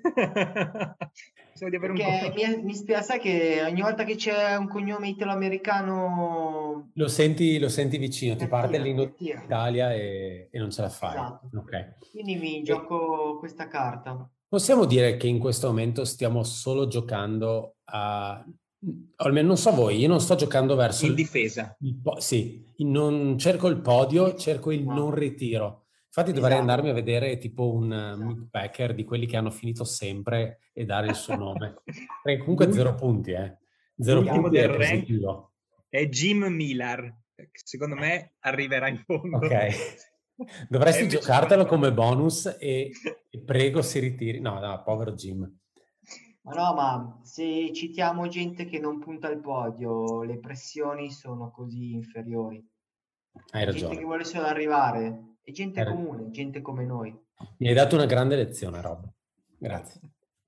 Di avere Perché un... mi, mi spiace che ogni volta che c'è un cognome italo-americano... Lo senti, lo senti vicino, ti parte l'inno d'Italia e, e non ce la fai. Esatto. Okay. Quindi mi gioco e... questa carta. Possiamo dire che in questo momento stiamo solo giocando a... almeno non so voi, io non sto giocando verso... In il, difesa. Il po- sì, non cerco il podio, cerco il no. non ritiro. Infatti dovrei esatto. andarmi a vedere tipo un esatto. Mick Packer di quelli che hanno finito sempre e dare il suo nome. Perché comunque zero punti, eh. Zero punti del è positivo. È Jim Miller, che secondo me arriverà in fondo. Ok. Dovresti invece... giocartelo come bonus e, e prego si ritiri. No, no, povero Jim. Ma no, ma se citiamo gente che non punta al podio, le pressioni sono così inferiori. Hai ragione. Gente che vuole solo arrivare, è gente hai comune, ragione. Gente come noi. Mi hai dato una grande lezione, Rob. Grazie.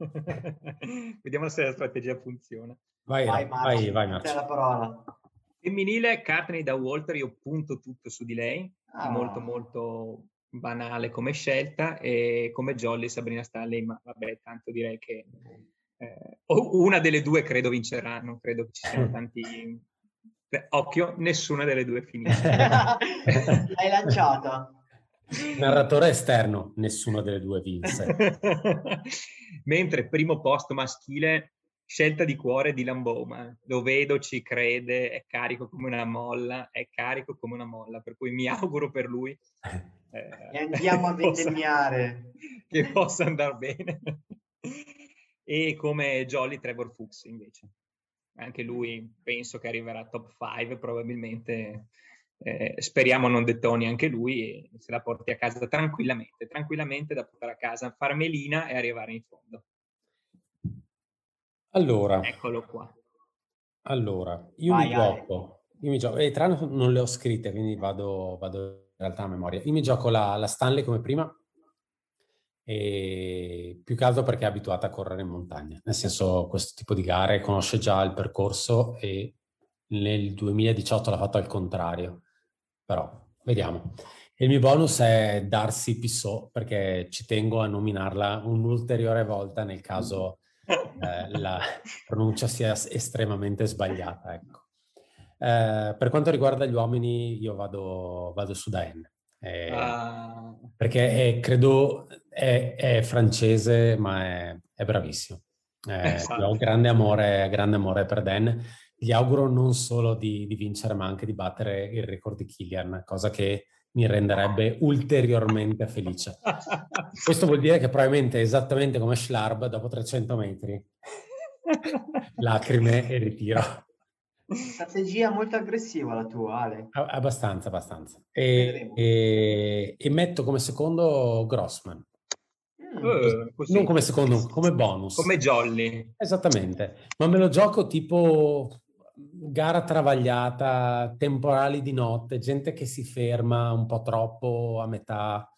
Vediamo se la strategia funziona. Vai, vai, Marci, vai, vai Marci. La parola. Femminile, Courtney da Walter, io punto tutto su di lei, ah. molto molto banale come scelta, e come jolly Sabrina Stanley, ma vabbè, tanto direi che eh, una delle due credo vincerà, non credo che ci siano tanti... Beh, occhio, nessuna delle due finisce. L'hai lanciata. Narratore esterno, nessuna delle due vinse. Mentre primo posto maschile, scelta di cuore di Lamboma, lo vedo, ci crede, è carico come una molla, è carico come una molla, per cui mi auguro per lui eh, e andiamo a vendemmiare che possa andare bene. E come Jolly Trevor Fuchs invece, anche lui penso che arriverà top cinque probabilmente, eh, speriamo non detoni anche lui e se la porti a casa tranquillamente, tranquillamente da portare a casa, far melina e arrivare in fondo. Allora, eccolo qua. Allora, io vai, mi gioco, io mi gioco, e tra l'altro non le ho scritte, quindi vado, vado in realtà a memoria. Io mi gioco la, la Stanley come prima, e più che altro perché è abituata a correre in montagna, nel senso questo tipo di gare conosce già il percorso e nel duemiladiciotto l'ha fatto al contrario, però vediamo. E il mio bonus è Darcy Pissot, perché ci tengo a nominarla un'ulteriore volta nel caso eh, la pronuncia sia estremamente sbagliata, ecco. Eh, per quanto riguarda gli uomini io vado, vado su Daen, eh, ah. perché è, credo è, è francese ma è, è bravissimo. Eh, esatto. Ho grande amore, grande amore per Dan. Gli auguro non solo di, di vincere ma anche di battere il record di Kilian, cosa che mi renderebbe ulteriormente felice. Questo vuol dire che probabilmente esattamente come Schlarb dopo trecento metri lacrime e ritiro. Strategia molto aggressiva la tua, Ale. A- abbastanza, abbastanza. E, Vedremo. e- e metto come secondo Grossman. Mm. Eh, Non così. come secondo, come bonus. Come Jolly. Esattamente. Ma me lo gioco tipo gara travagliata, temporali di notte, gente che si ferma un po' troppo a metà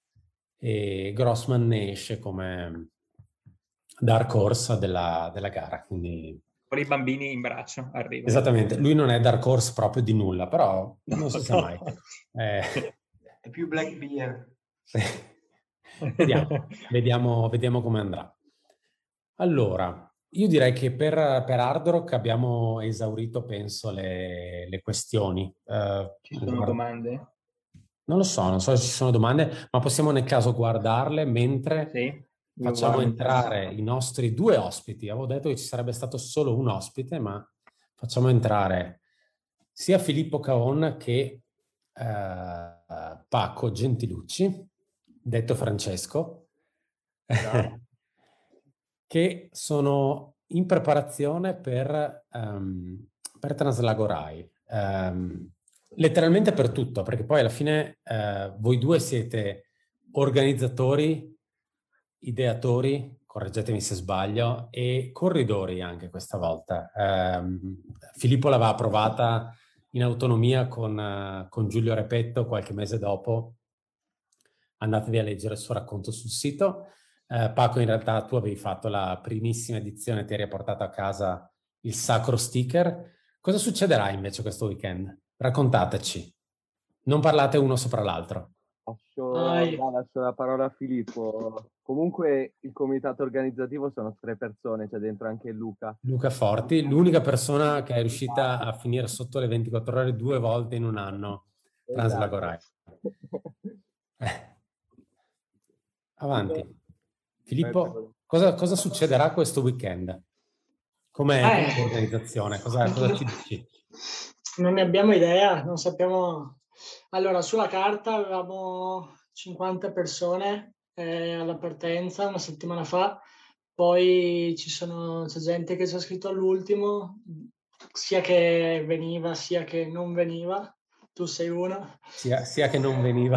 e Grossman ne esce come dark horse della, della gara. Quindi Con i bambini in braccio arriva. esattamente, lui non è dark horse proprio di nulla, però No, non si sa no. mai. Eh, È più Black Bear. sì. Vediamo, vediamo, vediamo come andrà. Allora, io direi che per, per Hard Rock abbiamo esaurito, penso, le, le questioni. Eh, Ci sono guarda- domande? non lo so, non so se ci sono domande, ma possiamo nel caso guardarle mentre Sì, io facciamo guardo entrare intanto. i nostri due ospiti. Avevo detto che ci sarebbe stato solo un ospite, ma facciamo entrare sia Filippo Caon che eh, Paco Gentilucci, detto Francesco, Ciao. che sono in preparazione per, um, per Translago Rai. Um, letteralmente per tutto, perché poi alla fine uh, voi due siete organizzatori, ideatori, correggetemi se sbaglio, e corridori anche questa volta. Um, Filippo l'aveva provata in autonomia con, uh, con Giulio Repetto qualche mese dopo. Andatevi a leggere il suo racconto sul sito. Eh, Paco, in realtà tu avevi fatto la primissima edizione, ti eri portato a casa il sacro sticker. Cosa succederà invece questo weekend? Raccontateci. Non parlate uno sopra l'altro. Lascio, Vai. va, lascio la parola a Filippo. Comunque il comitato organizzativo sono tre persone, c'è dentro anche Luca. Luca Forti, l'unica persona che è riuscita a finire sotto le ventiquattro ore due volte in un anno. Translago Rai. Eh. Avanti. Filippo, cosa, cosa succederà questo weekend? Com'è, Eh. com'è l'organizzazione? Cosa, cosa ci dici? Non ne abbiamo idea, non sappiamo. Allora, sulla carta avevamo cinquanta persone eh, alla partenza una settimana fa, poi ci sono, c'è gente che ci ha scritto all'ultimo, sia che veniva sia che non veniva. Tu sei uno. Sia, sia che non veniva.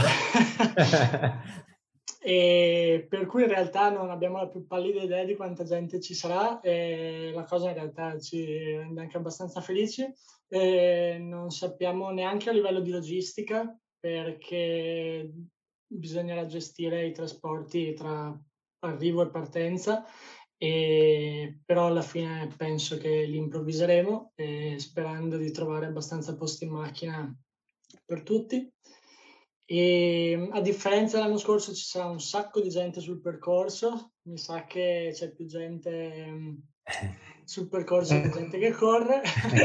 E per cui in realtà non abbiamo la più pallida idea di quanta gente ci sarà e la cosa in realtà ci rende anche abbastanza felici. E non sappiamo neanche a livello di logistica perché bisognerà gestire i trasporti tra arrivo e partenza, e però alla fine penso che li improvviseremo e sperando di trovare abbastanza posti in macchina per tutti. E a differenza dell'anno scorso ci sarà un sacco di gente sul percorso, mi sa che c'è più gente um, sul percorso che gente che corre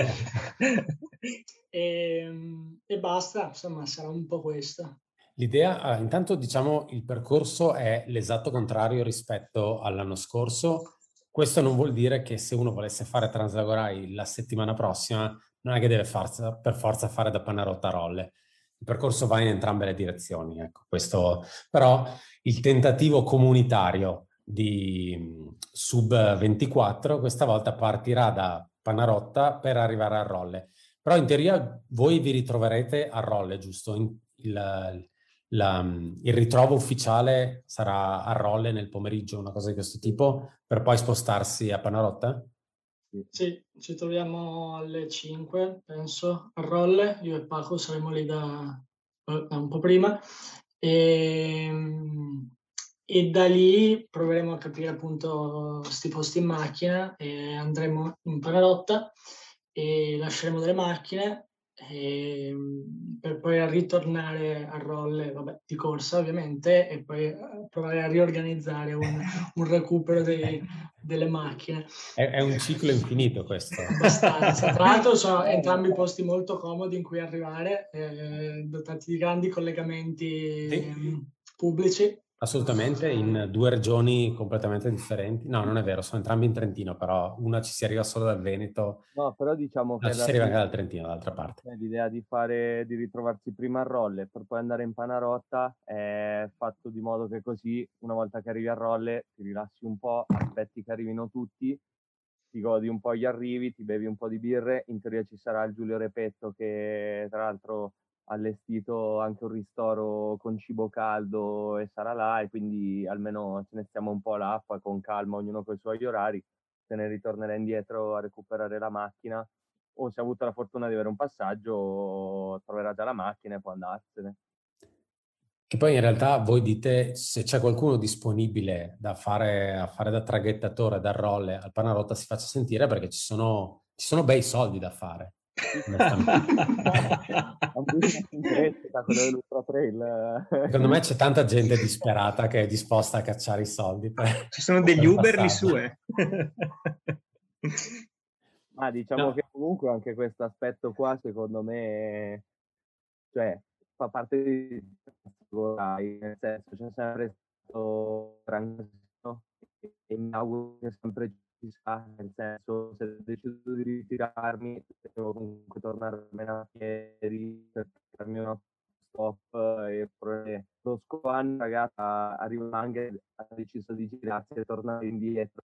e, e basta, insomma sarà un po' questo. L'idea, ah, intanto diciamo il percorso è l'esatto contrario rispetto all'anno scorso. Questo non vuol dire che se uno volesse fare Translago Rai la settimana prossima non è che deve farsi, per forza fare da Panarotta a Rolle. Il percorso va in entrambe le direzioni, ecco, questo, però il tentativo comunitario di Sub ventiquattro questa volta partirà da Panarotta per arrivare a Rolle. Però in teoria voi vi ritroverete a Rolle, giusto? In, il, la, il ritrovo ufficiale sarà a Rolle nel pomeriggio, una cosa di questo tipo, per poi spostarsi a Panarotta? Sì, ci troviamo alle cinque, penso, a Rolle. Io e Paco saremo lì da, da un po' prima. E, e da lì proveremo a capire appunto sti posti in macchina e andremo in Panarotta e lasceremo delle macchine e, per poi ritornare a Rolle, vabbè, di corsa ovviamente, e poi provare a riorganizzare un, un recupero dei, delle macchine. È, è un ciclo infinito questo. Abbastanza. Tra l'altro sono entrambi posti molto comodi in cui arrivare, eh, dotati di grandi collegamenti Sì. eh, pubblici. Assolutamente, in due regioni completamente differenti. No, non è vero, sono entrambi in Trentino, però una ci si arriva solo dal Veneto, No, però diciamo no, che ci la, si arriva anche dal Trentino, dall'altra parte. l'idea di fare, di ritrovarsi prima a Rolle per poi andare in Panarotta è fatto di modo che così una volta che arrivi a Rolle ti rilassi un po', aspetti che arrivino tutti ti godi un po' gli arrivi, ti bevi un po' di birre, in teoria ci sarà il Giulio Repetto che tra l'altro ha allestito anche un ristoro con cibo caldo e sarà là, e quindi almeno ce ne stiamo un po' là, poi con calma, ognuno con i suoi orari, se ne ritornerà indietro a recuperare la macchina, o se ha avuto la fortuna di avere un passaggio troverà già la macchina e può andarsene. Che poi in realtà voi dite, se c'è qualcuno disponibile da fare, a fare da traghettatore, da rolle al Panarotta, si faccia sentire, perché ci sono, ci sono bei soldi da fare. Secondo me c'è tanta gente disperata che è disposta a cacciare i soldi. Per, ci sono degli Uber lì su, eh. Ma diciamo No. che comunque anche questo aspetto qua, secondo me, cioè, fa parte di nel senso, c'è sempre stato grandissimo e mi auguro che sempre ci sia, nel senso, se decido di ritirarmi devo comunque tornarmene a piedi per farmi uno stop, e lo scorso anno ragazza arriva anche, ha deciso di girarsi e tornare indietro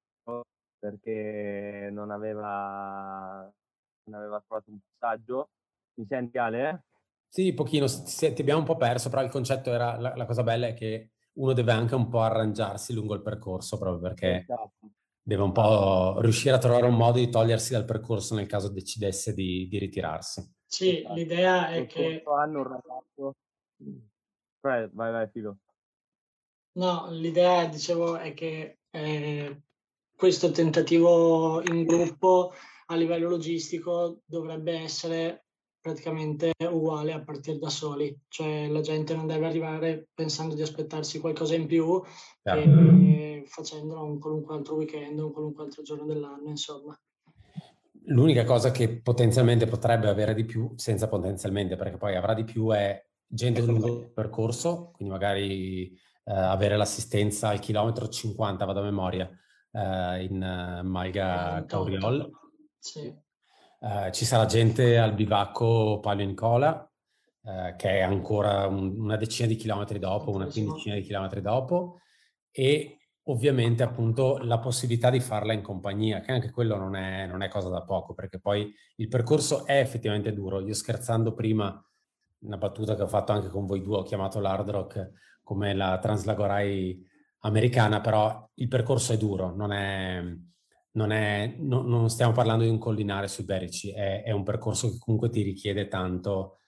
perché non aveva non aveva trovato un passaggio. Mi senti, Ale? Sì, pochino, ti, ti abbiamo un po' perso, però il concetto era, la, la cosa bella è che uno deve anche un po' arrangiarsi lungo il percorso, proprio perché Esatto. deve un po' riuscire a trovare un modo di togliersi dal percorso nel caso decidesse di, di ritirarsi. Sì, Esatto. l'idea è Lo che... scorso anno un ragazzo... Vai, vai, vai, Filo. No, l'idea, dicevo, è che eh, questo tentativo in gruppo a livello logistico dovrebbe essere praticamente uguale a partire da soli, cioè la gente non deve arrivare pensando di aspettarsi qualcosa in più che facendolo un qualunque altro weekend, un qualunque altro giorno dell'anno, insomma. L'unica cosa che potenzialmente potrebbe avere di più, senza potenzialmente, perché poi avrà di più, è gente lungo il percorso, quindi magari eh, avere l'assistenza al chilometro cinquanta, vado a memoria, eh, in uh, Malga Cauriol. Sì. Uh, ci sarà gente al bivacco Palio Nicola, uh, che è ancora un, una decina di chilometri dopo, una quindicina di chilometri dopo, e ovviamente appunto la possibilità di farla in compagnia, che anche quello non è, non è cosa da poco, perché poi il percorso è effettivamente duro. Io, scherzando prima, una battuta che ho fatto anche con voi due, ho chiamato l'Hard Rock come la Translagorai americana, però il percorso è duro, non è... Non, è, no, non stiamo parlando di un collinare sui Berici, è, è un percorso che comunque ti richiede tanto,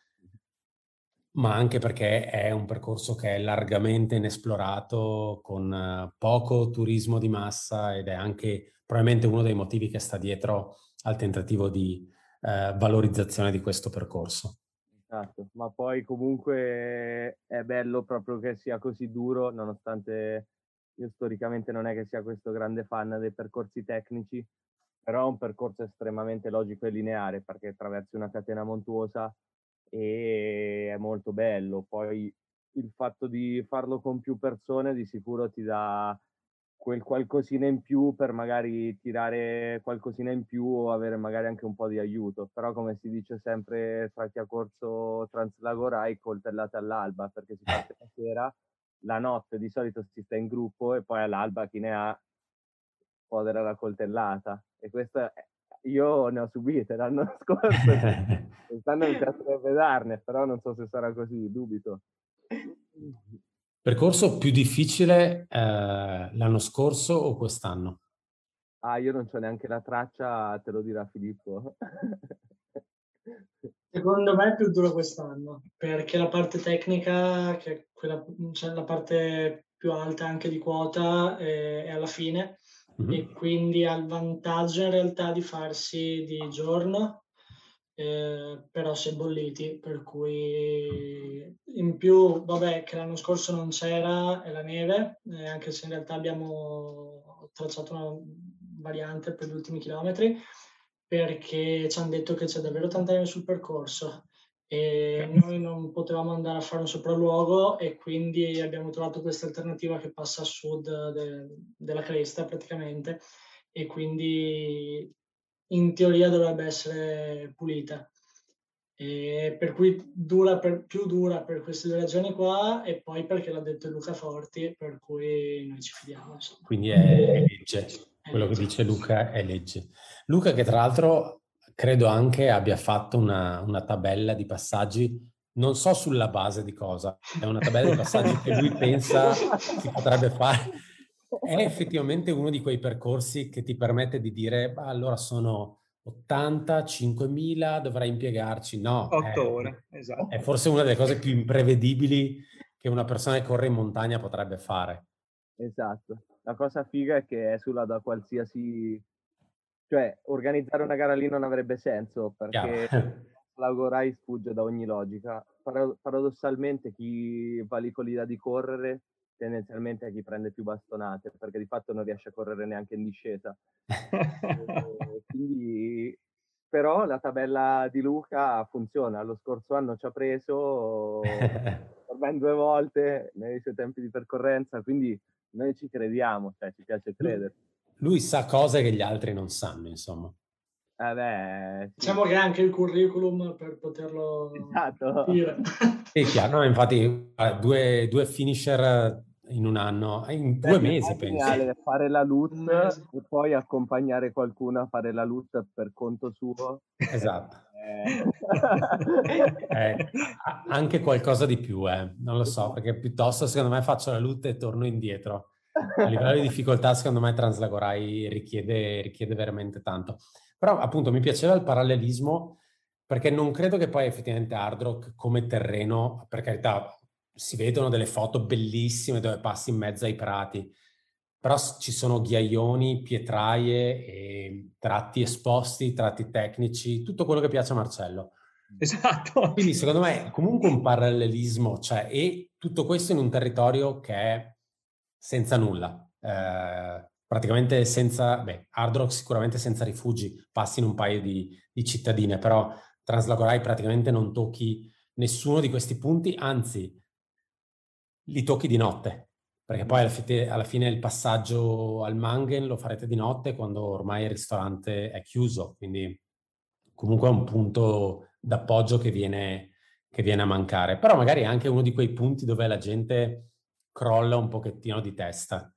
ma anche perché è un percorso che è largamente inesplorato, con uh, poco turismo di massa, ed è anche probabilmente uno dei motivi che sta dietro al tentativo di uh, valorizzazione di questo percorso. Esatto, ma poi comunque è bello proprio che sia così duro, nonostante io storicamente non è che sia questo grande fan dei percorsi tecnici, però è un percorso estremamente logico e lineare, perché attraversi una catena montuosa e è molto bello. Poi il fatto di farlo con più persone di sicuro ti dà quel qualcosina in più per magari tirare qualcosina in più o avere magari anche un po' di aiuto. Però come si dice sempre tra chi ha corso Translagorai, coltellate all'alba, perché si parte la sera, la notte di solito si sta in gruppo e poi all'alba chi ne ha fodera la coltellata. E questo io ne ho subite l'anno scorso, quest'anno mi piacerebbe darne, però non so se sarà così, dubito. Percorso più difficile eh, l'anno scorso o quest'anno? Ah, io non c'ho neanche la traccia, te lo dirà Filippo. Secondo me è più duro quest'anno, perché la parte tecnica, che è quella, cioè la parte più alta anche di quota, è, è alla fine, mm-hmm. E quindi ha il vantaggio in realtà di farsi di giorno, eh, però si è bolliti, per cui in più, vabbè, che l'anno scorso non c'era, è la neve, eh, anche se in realtà abbiamo tracciato una variante per gli ultimi chilometri, perché ci hanno detto che c'è davvero tanta neve sul percorso e noi non potevamo andare a fare un sopralluogo, e quindi abbiamo trovato questa alternativa che passa a sud de, della cresta praticamente, e quindi in teoria dovrebbe essere pulita. e per cui dura per, più dura per queste due ragioni qua, e poi perché l'ha detto Luca Forti, per cui noi ci fidiamo, insomma. Quindi è, è legge, È quello legge. che dice Luca è legge. Luca che tra l'altro credo anche abbia fatto una, una tabella di passaggi, non so sulla base di cosa, è una tabella di passaggi che lui pensa si potrebbe fare. È effettivamente uno di quei percorsi che ti permette di dire, "Bah, allora sono ottanta, cinquemila, dovrei impiegarci." No, Otto è, ore, esatto. è forse una delle cose più imprevedibili che una persona che corre in montagna potrebbe fare. Esatto. La cosa figa è che esula da qualsiasi... Cioè, organizzare una gara lì non avrebbe senso, perché Chiaro. Lagorai sfugge da ogni logica. Para- paradossalmente chi va lì con l'idea di correre tendenzialmente è chi prende più bastonate, perché di fatto non riesce a correre neanche in discesa. E quindi, però la tabella di Luca funziona. Lo scorso anno ci ha preso per ben due volte nei suoi tempi di percorrenza, quindi noi ci crediamo, cioè ci piace credere. Lui sa cose che gli altri non sanno, insomma. Eh beh, sì. Diciamo che ha anche il curriculum per poterlo Esatto. dire. Sì, chiaro. No, infatti due, due finisher in un anno, in due mesi penso. Geniale fare la loot Un mese. e poi accompagnare qualcuno a fare la loot per conto suo. Esatto. Eh. Eh, anche qualcosa di più, eh. Non lo so, perché piuttosto secondo me faccio la loot e torno indietro. A livello di difficoltà secondo me Translagorai richiede, richiede veramente tanto. Però appunto mi piaceva il parallelismo perché non credo che poi effettivamente Hard Rock come terreno, per carità, si vedono delle foto bellissime dove passi in mezzo ai prati, però ci sono ghiaioni, pietraie, e tratti esposti, tratti tecnici, tutto quello che piace a Marcello. Esatto. Quindi secondo me è comunque un parallelismo, cioè, e tutto questo in un territorio che è senza nulla, eh, praticamente senza, beh, Hard Rock sicuramente senza rifugi, passi in un paio di, di cittadine, però Translagorai praticamente non tocchi nessuno di questi punti, anzi li tocchi di notte, perché poi alla fine, alla fine il passaggio al Mangen lo farete di notte quando ormai il ristorante è chiuso, quindi comunque è un punto d'appoggio che viene, che viene a mancare. Però magari è anche uno di quei punti dove la gente crolla un pochettino di testa.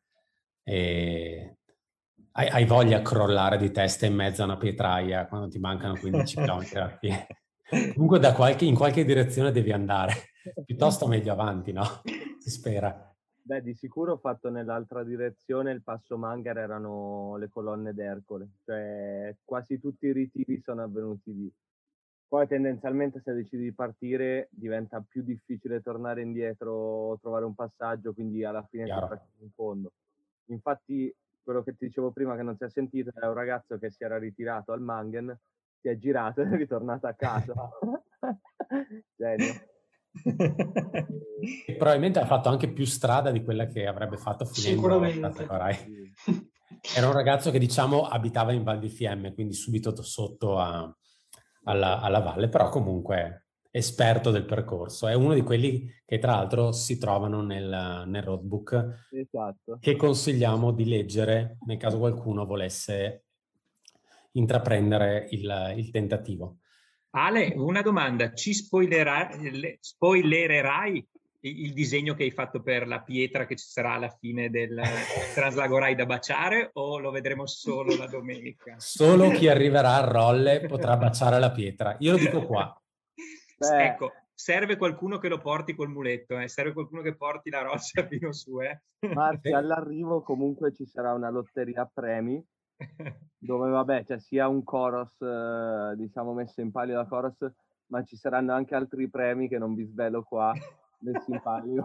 E hai, hai voglia di crollare di testa in mezzo a una pietraia quando ti mancano quindici chilometri alla fine. Comunque da qualche, in qualche direzione devi andare, piuttosto meglio avanti, no? Si spera. Beh, di sicuro ho fatto nell'altra direzione il passo Manger erano le colonne d'Ercole, cioè quasi tutti i ritiri sono avvenuti lì. Poi tendenzialmente se decidi di partire diventa più difficile tornare indietro o trovare un passaggio, quindi alla fine ti Chiaro. faccio in fondo. Infatti quello che ti dicevo prima che non si è sentito è un ragazzo che si era ritirato al Mangen, si è girato e è ritornato a casa. Genio. E probabilmente ha fatto anche più strada di quella che avrebbe fatto finendo la Sicuramente. Era un ragazzo che diciamo abitava in Val di Fiemme, quindi subito sotto a, alla, alla valle, però comunque esperto del percorso. È uno di quelli che tra l'altro si trovano nel, nel roadbook, Esatto. che consigliamo di leggere nel caso qualcuno volesse intraprendere il, il tentativo. Ale, una domanda, ci spoilerai, spoilererai il disegno che hai fatto per la pietra che ci sarà alla fine del Translagorai da baciare o lo vedremo solo la domenica? Solo chi arriverà a Rolle potrà baciare la pietra. Io lo dico qua. Beh. Ecco, serve qualcuno che lo porti col muletto, eh? Serve qualcuno che porti la roccia fino su. Eh? Marti, all'arrivo comunque ci sarà una lotteria a premi dove vabbè c'è sia un Coros eh, diciamo messo in palio da Coros, ma ci saranno anche altri premi che non vi svelo qua messi in palio.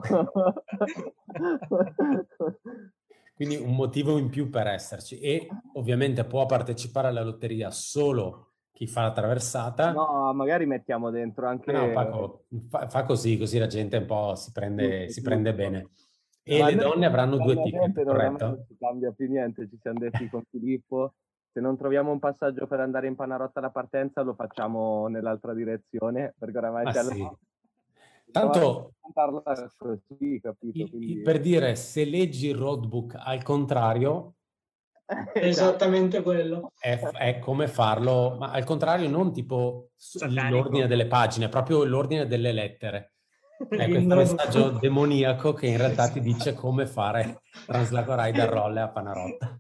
Quindi un motivo in più per esserci, e ovviamente può partecipare alla lotteria solo chi fa la traversata. No, magari mettiamo dentro anche... No, Paco, fa, fa così, così la gente un po' si prende, Giusto, si giusto. prende bene. E Ma le noi donne avranno due ticket, oramai corretto? non si cambia più niente, ci siamo detti con Filippo. Se non troviamo un passaggio per andare in Panarotta alla partenza, lo facciamo nell'altra direzione, perché oramai Ma c'è sì. la... Tanto, così, capito? il- il- Quindi... per dire, se leggi il roadbook al contrario, Esattamente quello. È, è come farlo, ma al contrario, non tipo Satanico. l'ordine delle pagine, proprio l'ordine delle lettere. È questo No. messaggio demoniaco che in realtà ti dice come fare Translagorai da Rolle a Panarotta.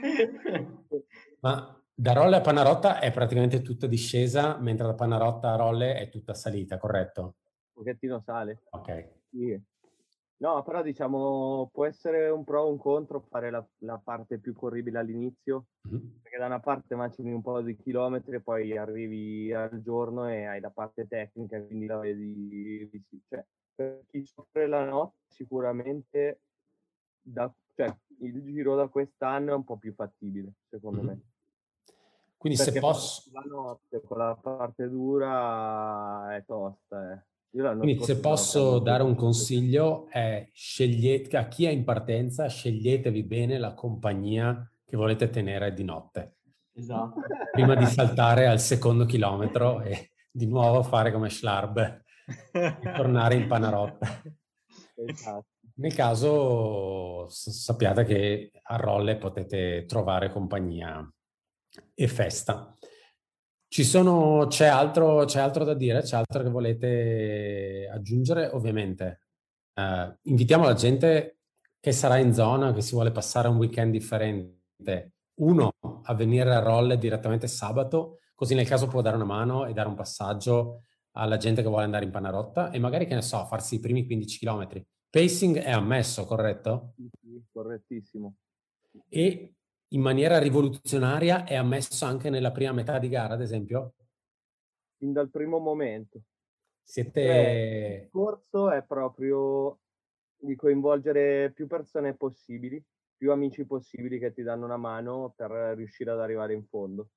Ma da Rolle a Panarotta è praticamente tutta discesa, mentre da Panarotta a Rolle è tutta salita, corretto? Un pochettino sale. Ok. Sì. No, però diciamo può essere un pro o un contro fare la, la parte più corribile all'inizio, Mm-hmm. perché da una parte macini un po' di chilometri e poi arrivi al giorno e hai la parte tecnica, quindi la vedi, cioè, per chi soffre la notte sicuramente da, cioè, il giro da quest'anno è un po' più fattibile, secondo Mm-hmm. me. Quindi perché se posso... la notte con la parte dura è tosta, eh. Io l'anno Quindi se scorso posso dare un consiglio è scegliete, a chi è in partenza, sceglietevi bene la compagnia che volete tenere di notte. Esatto. Prima di saltare al secondo chilometro e di nuovo fare come Schlarb e tornare in Panarotta. Esatto. Nel caso sappiate che a Rolle potete trovare compagnia e festa. Ci sono, c'è altro, c'è altro da dire? C'è altro che volete aggiungere? Ovviamente eh, invitiamo la gente che sarà in zona, che si vuole passare un weekend differente, uno a venire a Rolle direttamente sabato, così nel caso può dare una mano e dare un passaggio alla gente che vuole andare in Panarotta e magari, che ne so, farsi i primi quindici chilometri. Pacing è ammesso, corretto? Sì, sì, correttissimo. E in maniera rivoluzionaria è ammesso anche nella prima metà di gara, ad esempio? Fin dal primo momento. Siete... Cioè, il corso è proprio di coinvolgere più persone possibili, più amici possibili che ti danno una mano per riuscire ad arrivare in fondo.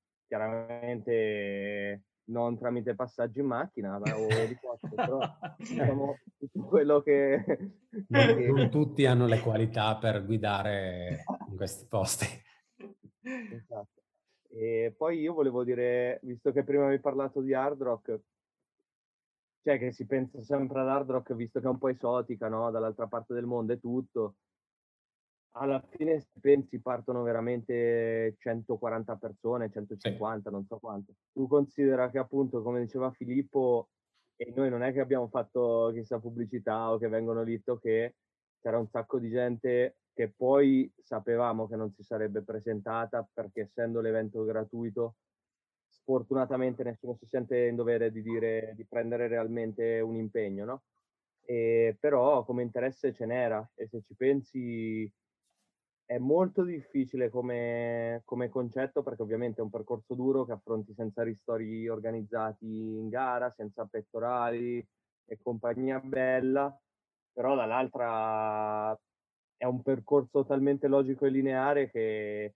Chiaramente non tramite passaggi in macchina ma, o elicottero, però diciamo tutto quello che... Non, che... non tutti hanno le qualità per guidare in questi posti. Esatto. E poi io volevo dire, visto che prima mi hai parlato di hard rock, cioè che si pensa sempre ad hard rock visto che è un po' esotica, no? Dall'altra parte del mondo e tutto. Alla fine, se pensi, partono veramente centoquaranta persone, centocinquanta, sì. Non so quanto. Tu considera che appunto, come diceva Filippo, e noi non è che abbiamo fatto chissà pubblicità o che vengono lì, che c'era un sacco di gente che poi sapevamo che non si sarebbe presentata perché essendo l'evento gratuito, sfortunatamente nessuno si sente in dovere di dire di prendere realmente un impegno, no? E però come interesse ce n'era e se ci pensi è molto difficile come, come concetto perché ovviamente è un percorso duro che affronti senza ristori organizzati in gara, senza pettorali e compagnia bella, però dall'altra è un percorso talmente logico e lineare che,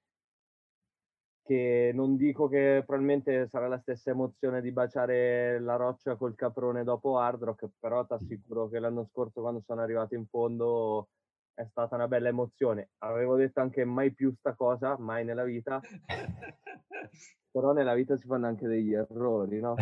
che non dico che probabilmente sarà la stessa emozione di baciare la roccia col caprone dopo hard rock, però ti assicuro che l'anno scorso quando sono arrivato in fondo è stata una bella emozione. Avevo detto anche mai più sta cosa, mai nella vita, però nella vita si fanno anche degli errori, no?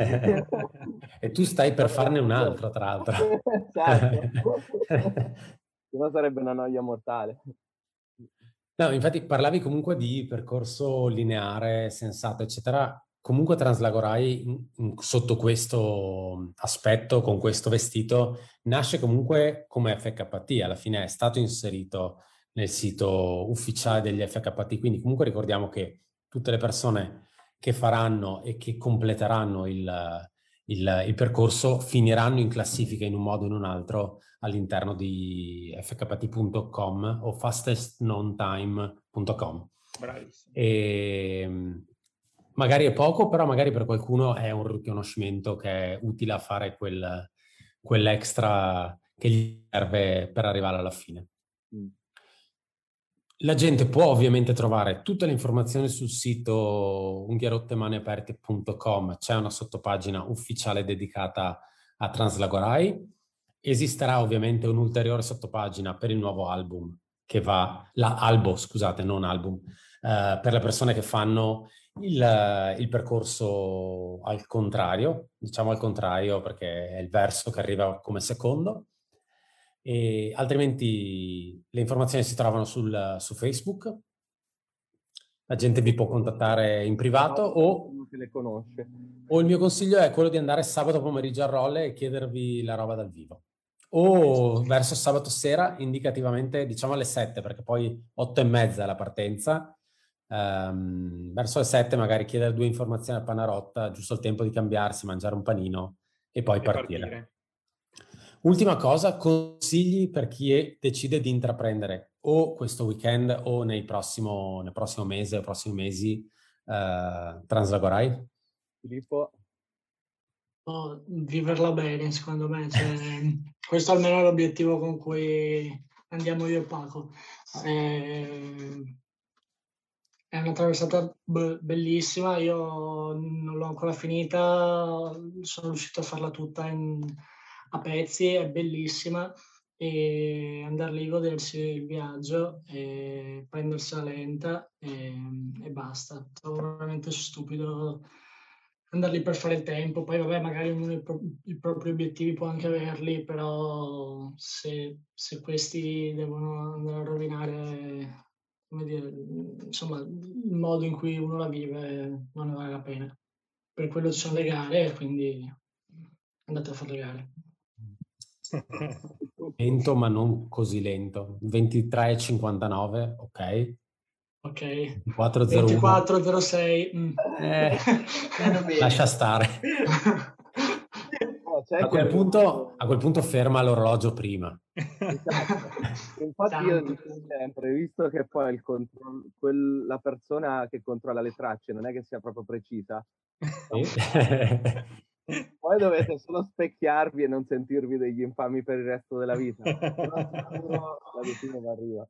E tu stai per farne un altro, tra l'altro. Esatto. Se no sarebbe una noia mortale. No, infatti parlavi comunque di percorso lineare, sensato, eccetera. Comunque Translagorai in, in, sotto questo aspetto, con questo vestito, nasce comunque come F K T, alla fine è stato inserito nel sito ufficiale degli F K T, quindi comunque ricordiamo che tutte le persone che faranno e che completeranno il, il, il percorso finiranno in classifica in un modo o in un altro all'interno di f k t punto com o fastest known time punto com. Bravissimo. E magari è poco, però magari per qualcuno è un riconoscimento che è utile a fare quel, quell'extra che gli serve per arrivare alla fine. Mm. La gente può ovviamente trovare tutte le informazioni sul sito unghierottemaniaperte punto com, c'è una sottopagina ufficiale dedicata a Translagorai. Esisterà ovviamente un'ulteriore sottopagina per il nuovo album che va, la albo, scusate, non album, eh, per le persone che fanno il, il percorso al contrario, diciamo al contrario perché è il verso che arriva come secondo. E altrimenti le informazioni si trovano sul, su Facebook la gente vi può contattare in privato o... che le conosce. O il mio consiglio è quello di andare sabato pomeriggio a Rolle e chiedervi la roba dal vivo. O verso sabato sera, indicativamente, diciamo alle sette, perché poi otto e mezza è la partenza. Um, verso le sette magari chiedere due informazioni a Panarotta, giusto il tempo di cambiarsi, mangiare un panino e poi E partire. partire. Ultima cosa, consigli per chi è, decide di intraprendere o questo weekend o nei prossimo, nel prossimo mese o prossimi mesi uh, Translagorai? Filippo? Oh, viverla bene, secondo me. Cioè, questo almeno è l'obiettivo con cui andiamo io e Paco. Eh, è una traversata be- bellissima, io non l'ho ancora finita, sono riuscito a farla tutta in, a pezzi, è bellissima, e andare lì, godersi il viaggio, e prendersela lenta e, e basta. Sono veramente stupido andare lì per fare il tempo. Poi vabbè, magari uno i, pro- i propri obiettivi può anche averli, però se, se questi devono andare a rovinare, come dire, insomma, il modo in cui uno la vive, non ne vale la pena. Per quello ci sono le gare, quindi andate a fare le gare. Lento ma non così lento. ventitré e cinquantanove, ok. Ok. quattro zero uno. ventiquattro zero sei. Mm. Eh, lascia stare. Oh, A quel, punto, a quel punto ferma l'orologio prima. Esatto. Infatti io dico sempre, visto che poi il controllo, quel, la persona che controlla le tracce non è che sia proprio precisa, Sì. poi dovete solo specchiarvi e non sentirvi degli infami per il resto della vita. Però sicuro la definitiva arriva.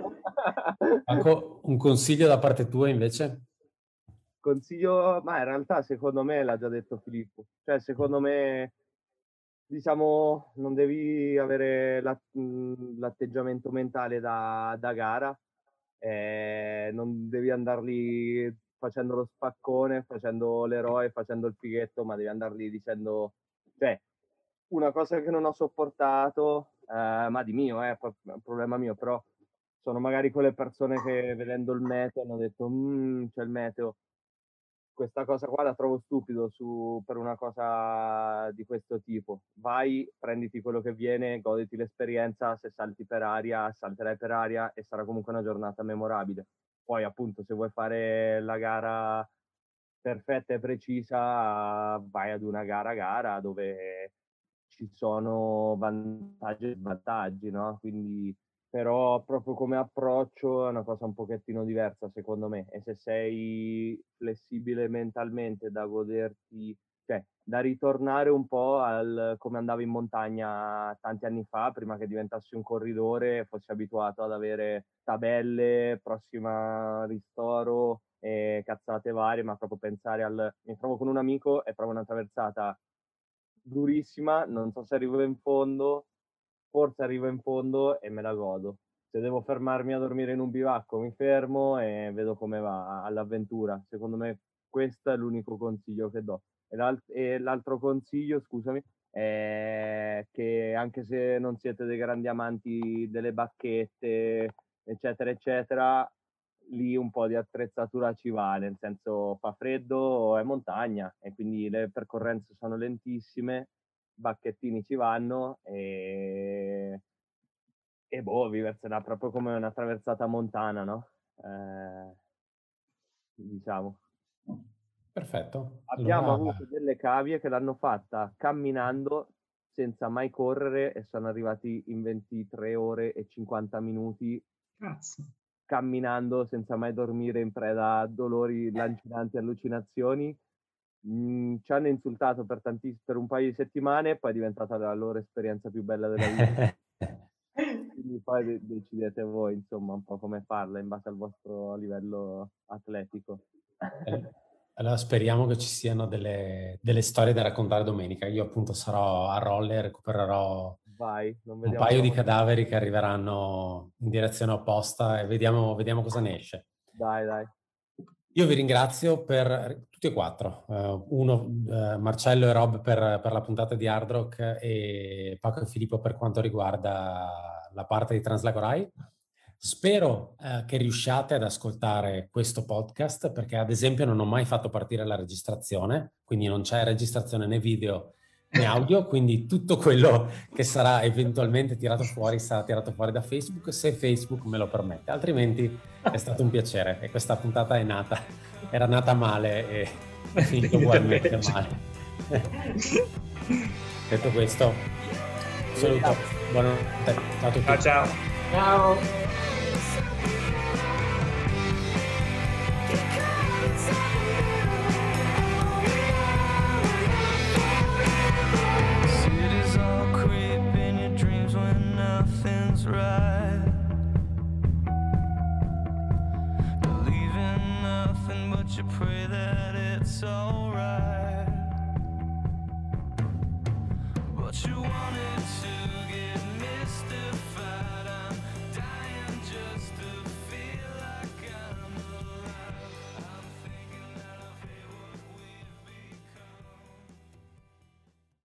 Paco, un consiglio da parte tua invece? Consiglio, ma in realtà secondo me l'ha già detto Filippo, cioè secondo me, diciamo, non devi avere la, mh, l'atteggiamento mentale da, da gara, eh, non devi andare lì facendo lo spaccone, facendo l'eroe, facendo il fighetto, ma devi andare lì dicendo, cioè, una cosa che non ho sopportato, eh, ma di mio, eh, è un problema mio, però sono magari quelle persone che vedendo il meteo hanno detto, mmm, c'è il meteo. Questa cosa qua la trovo stupido su, per una cosa di questo tipo. Vai, prenditi quello che viene, goditi l'esperienza, se salti per aria, salterai per aria e sarà comunque una giornata memorabile. Poi appunto se vuoi fare la gara perfetta e precisa, vai ad una gara a gara dove ci sono vantaggi e svantaggi, no? Quindi però proprio come approccio è una cosa un pochettino diversa secondo me, e se sei flessibile mentalmente da goderti, cioè da ritornare un po' al come andavi in montagna tanti anni fa, prima che diventassi un corridore e fossi abituato ad avere tabelle, prossima ristoro e cazzate varie, ma proprio pensare al... mi trovo con un amico e provo una traversata durissima, non so se arrivo in fondo, forse arrivo in fondo e me la godo. Se devo fermarmi a dormire in un bivacco, mi fermo e vedo come va all'avventura. Secondo me questo è l'unico consiglio che do. E, l'alt- e l'altro consiglio, scusami, è che anche se non siete dei grandi amanti delle bacchette, eccetera, eccetera, lì un po' di attrezzatura ci va, nel senso fa freddo, è montagna e quindi le percorrenze sono lentissime, bacchettini ci vanno e, e boh, viversela proprio come una traversata montana, no? Eh, diciamo. Perfetto. Abbiamo Allora, avuto delle cavie che l'hanno fatta camminando senza mai correre e sono arrivati in ventitré ore e cinquanta minuti. Cazzo. Camminando senza mai dormire in preda a dolori lancinanti, allucinazioni. Mm, ci hanno insultato per, tanti, per un paio di settimane e poi è diventata la loro esperienza più bella della vita. Quindi poi de- decidete voi, insomma, un po' come farla in base al vostro livello atletico. Allora speriamo che ci siano delle, delle storie da raccontare domenica. Io appunto sarò a Rolle e recupererò Vai, non un vediamo paio di l'ora. cadaveri che arriveranno in direzione opposta e vediamo, vediamo cosa ne esce. Dai, dai. Io vi ringrazio per tutti e quattro, uh, uno, uh, Marcello e Rob per, per la puntata di Hard Rock e Paco e Filippo per quanto riguarda la parte di Translagorai. Spero eh, che riusciate ad ascoltare questo podcast, perché ad esempio non ho mai fatto partire la registrazione, quindi non c'è registrazione né video né audio, quindi tutto quello che sarà eventualmente tirato fuori sarà tirato fuori da Facebook, se Facebook me lo permette, altrimenti è stato un piacere e questa puntata è nata, era nata male e è finita ugualmente male. Detto questo, saluto, buonanotte, ciao a tutti. Ciao ciao. Ciao. Right, believe in nothing but you pray that it's alright, but you want it.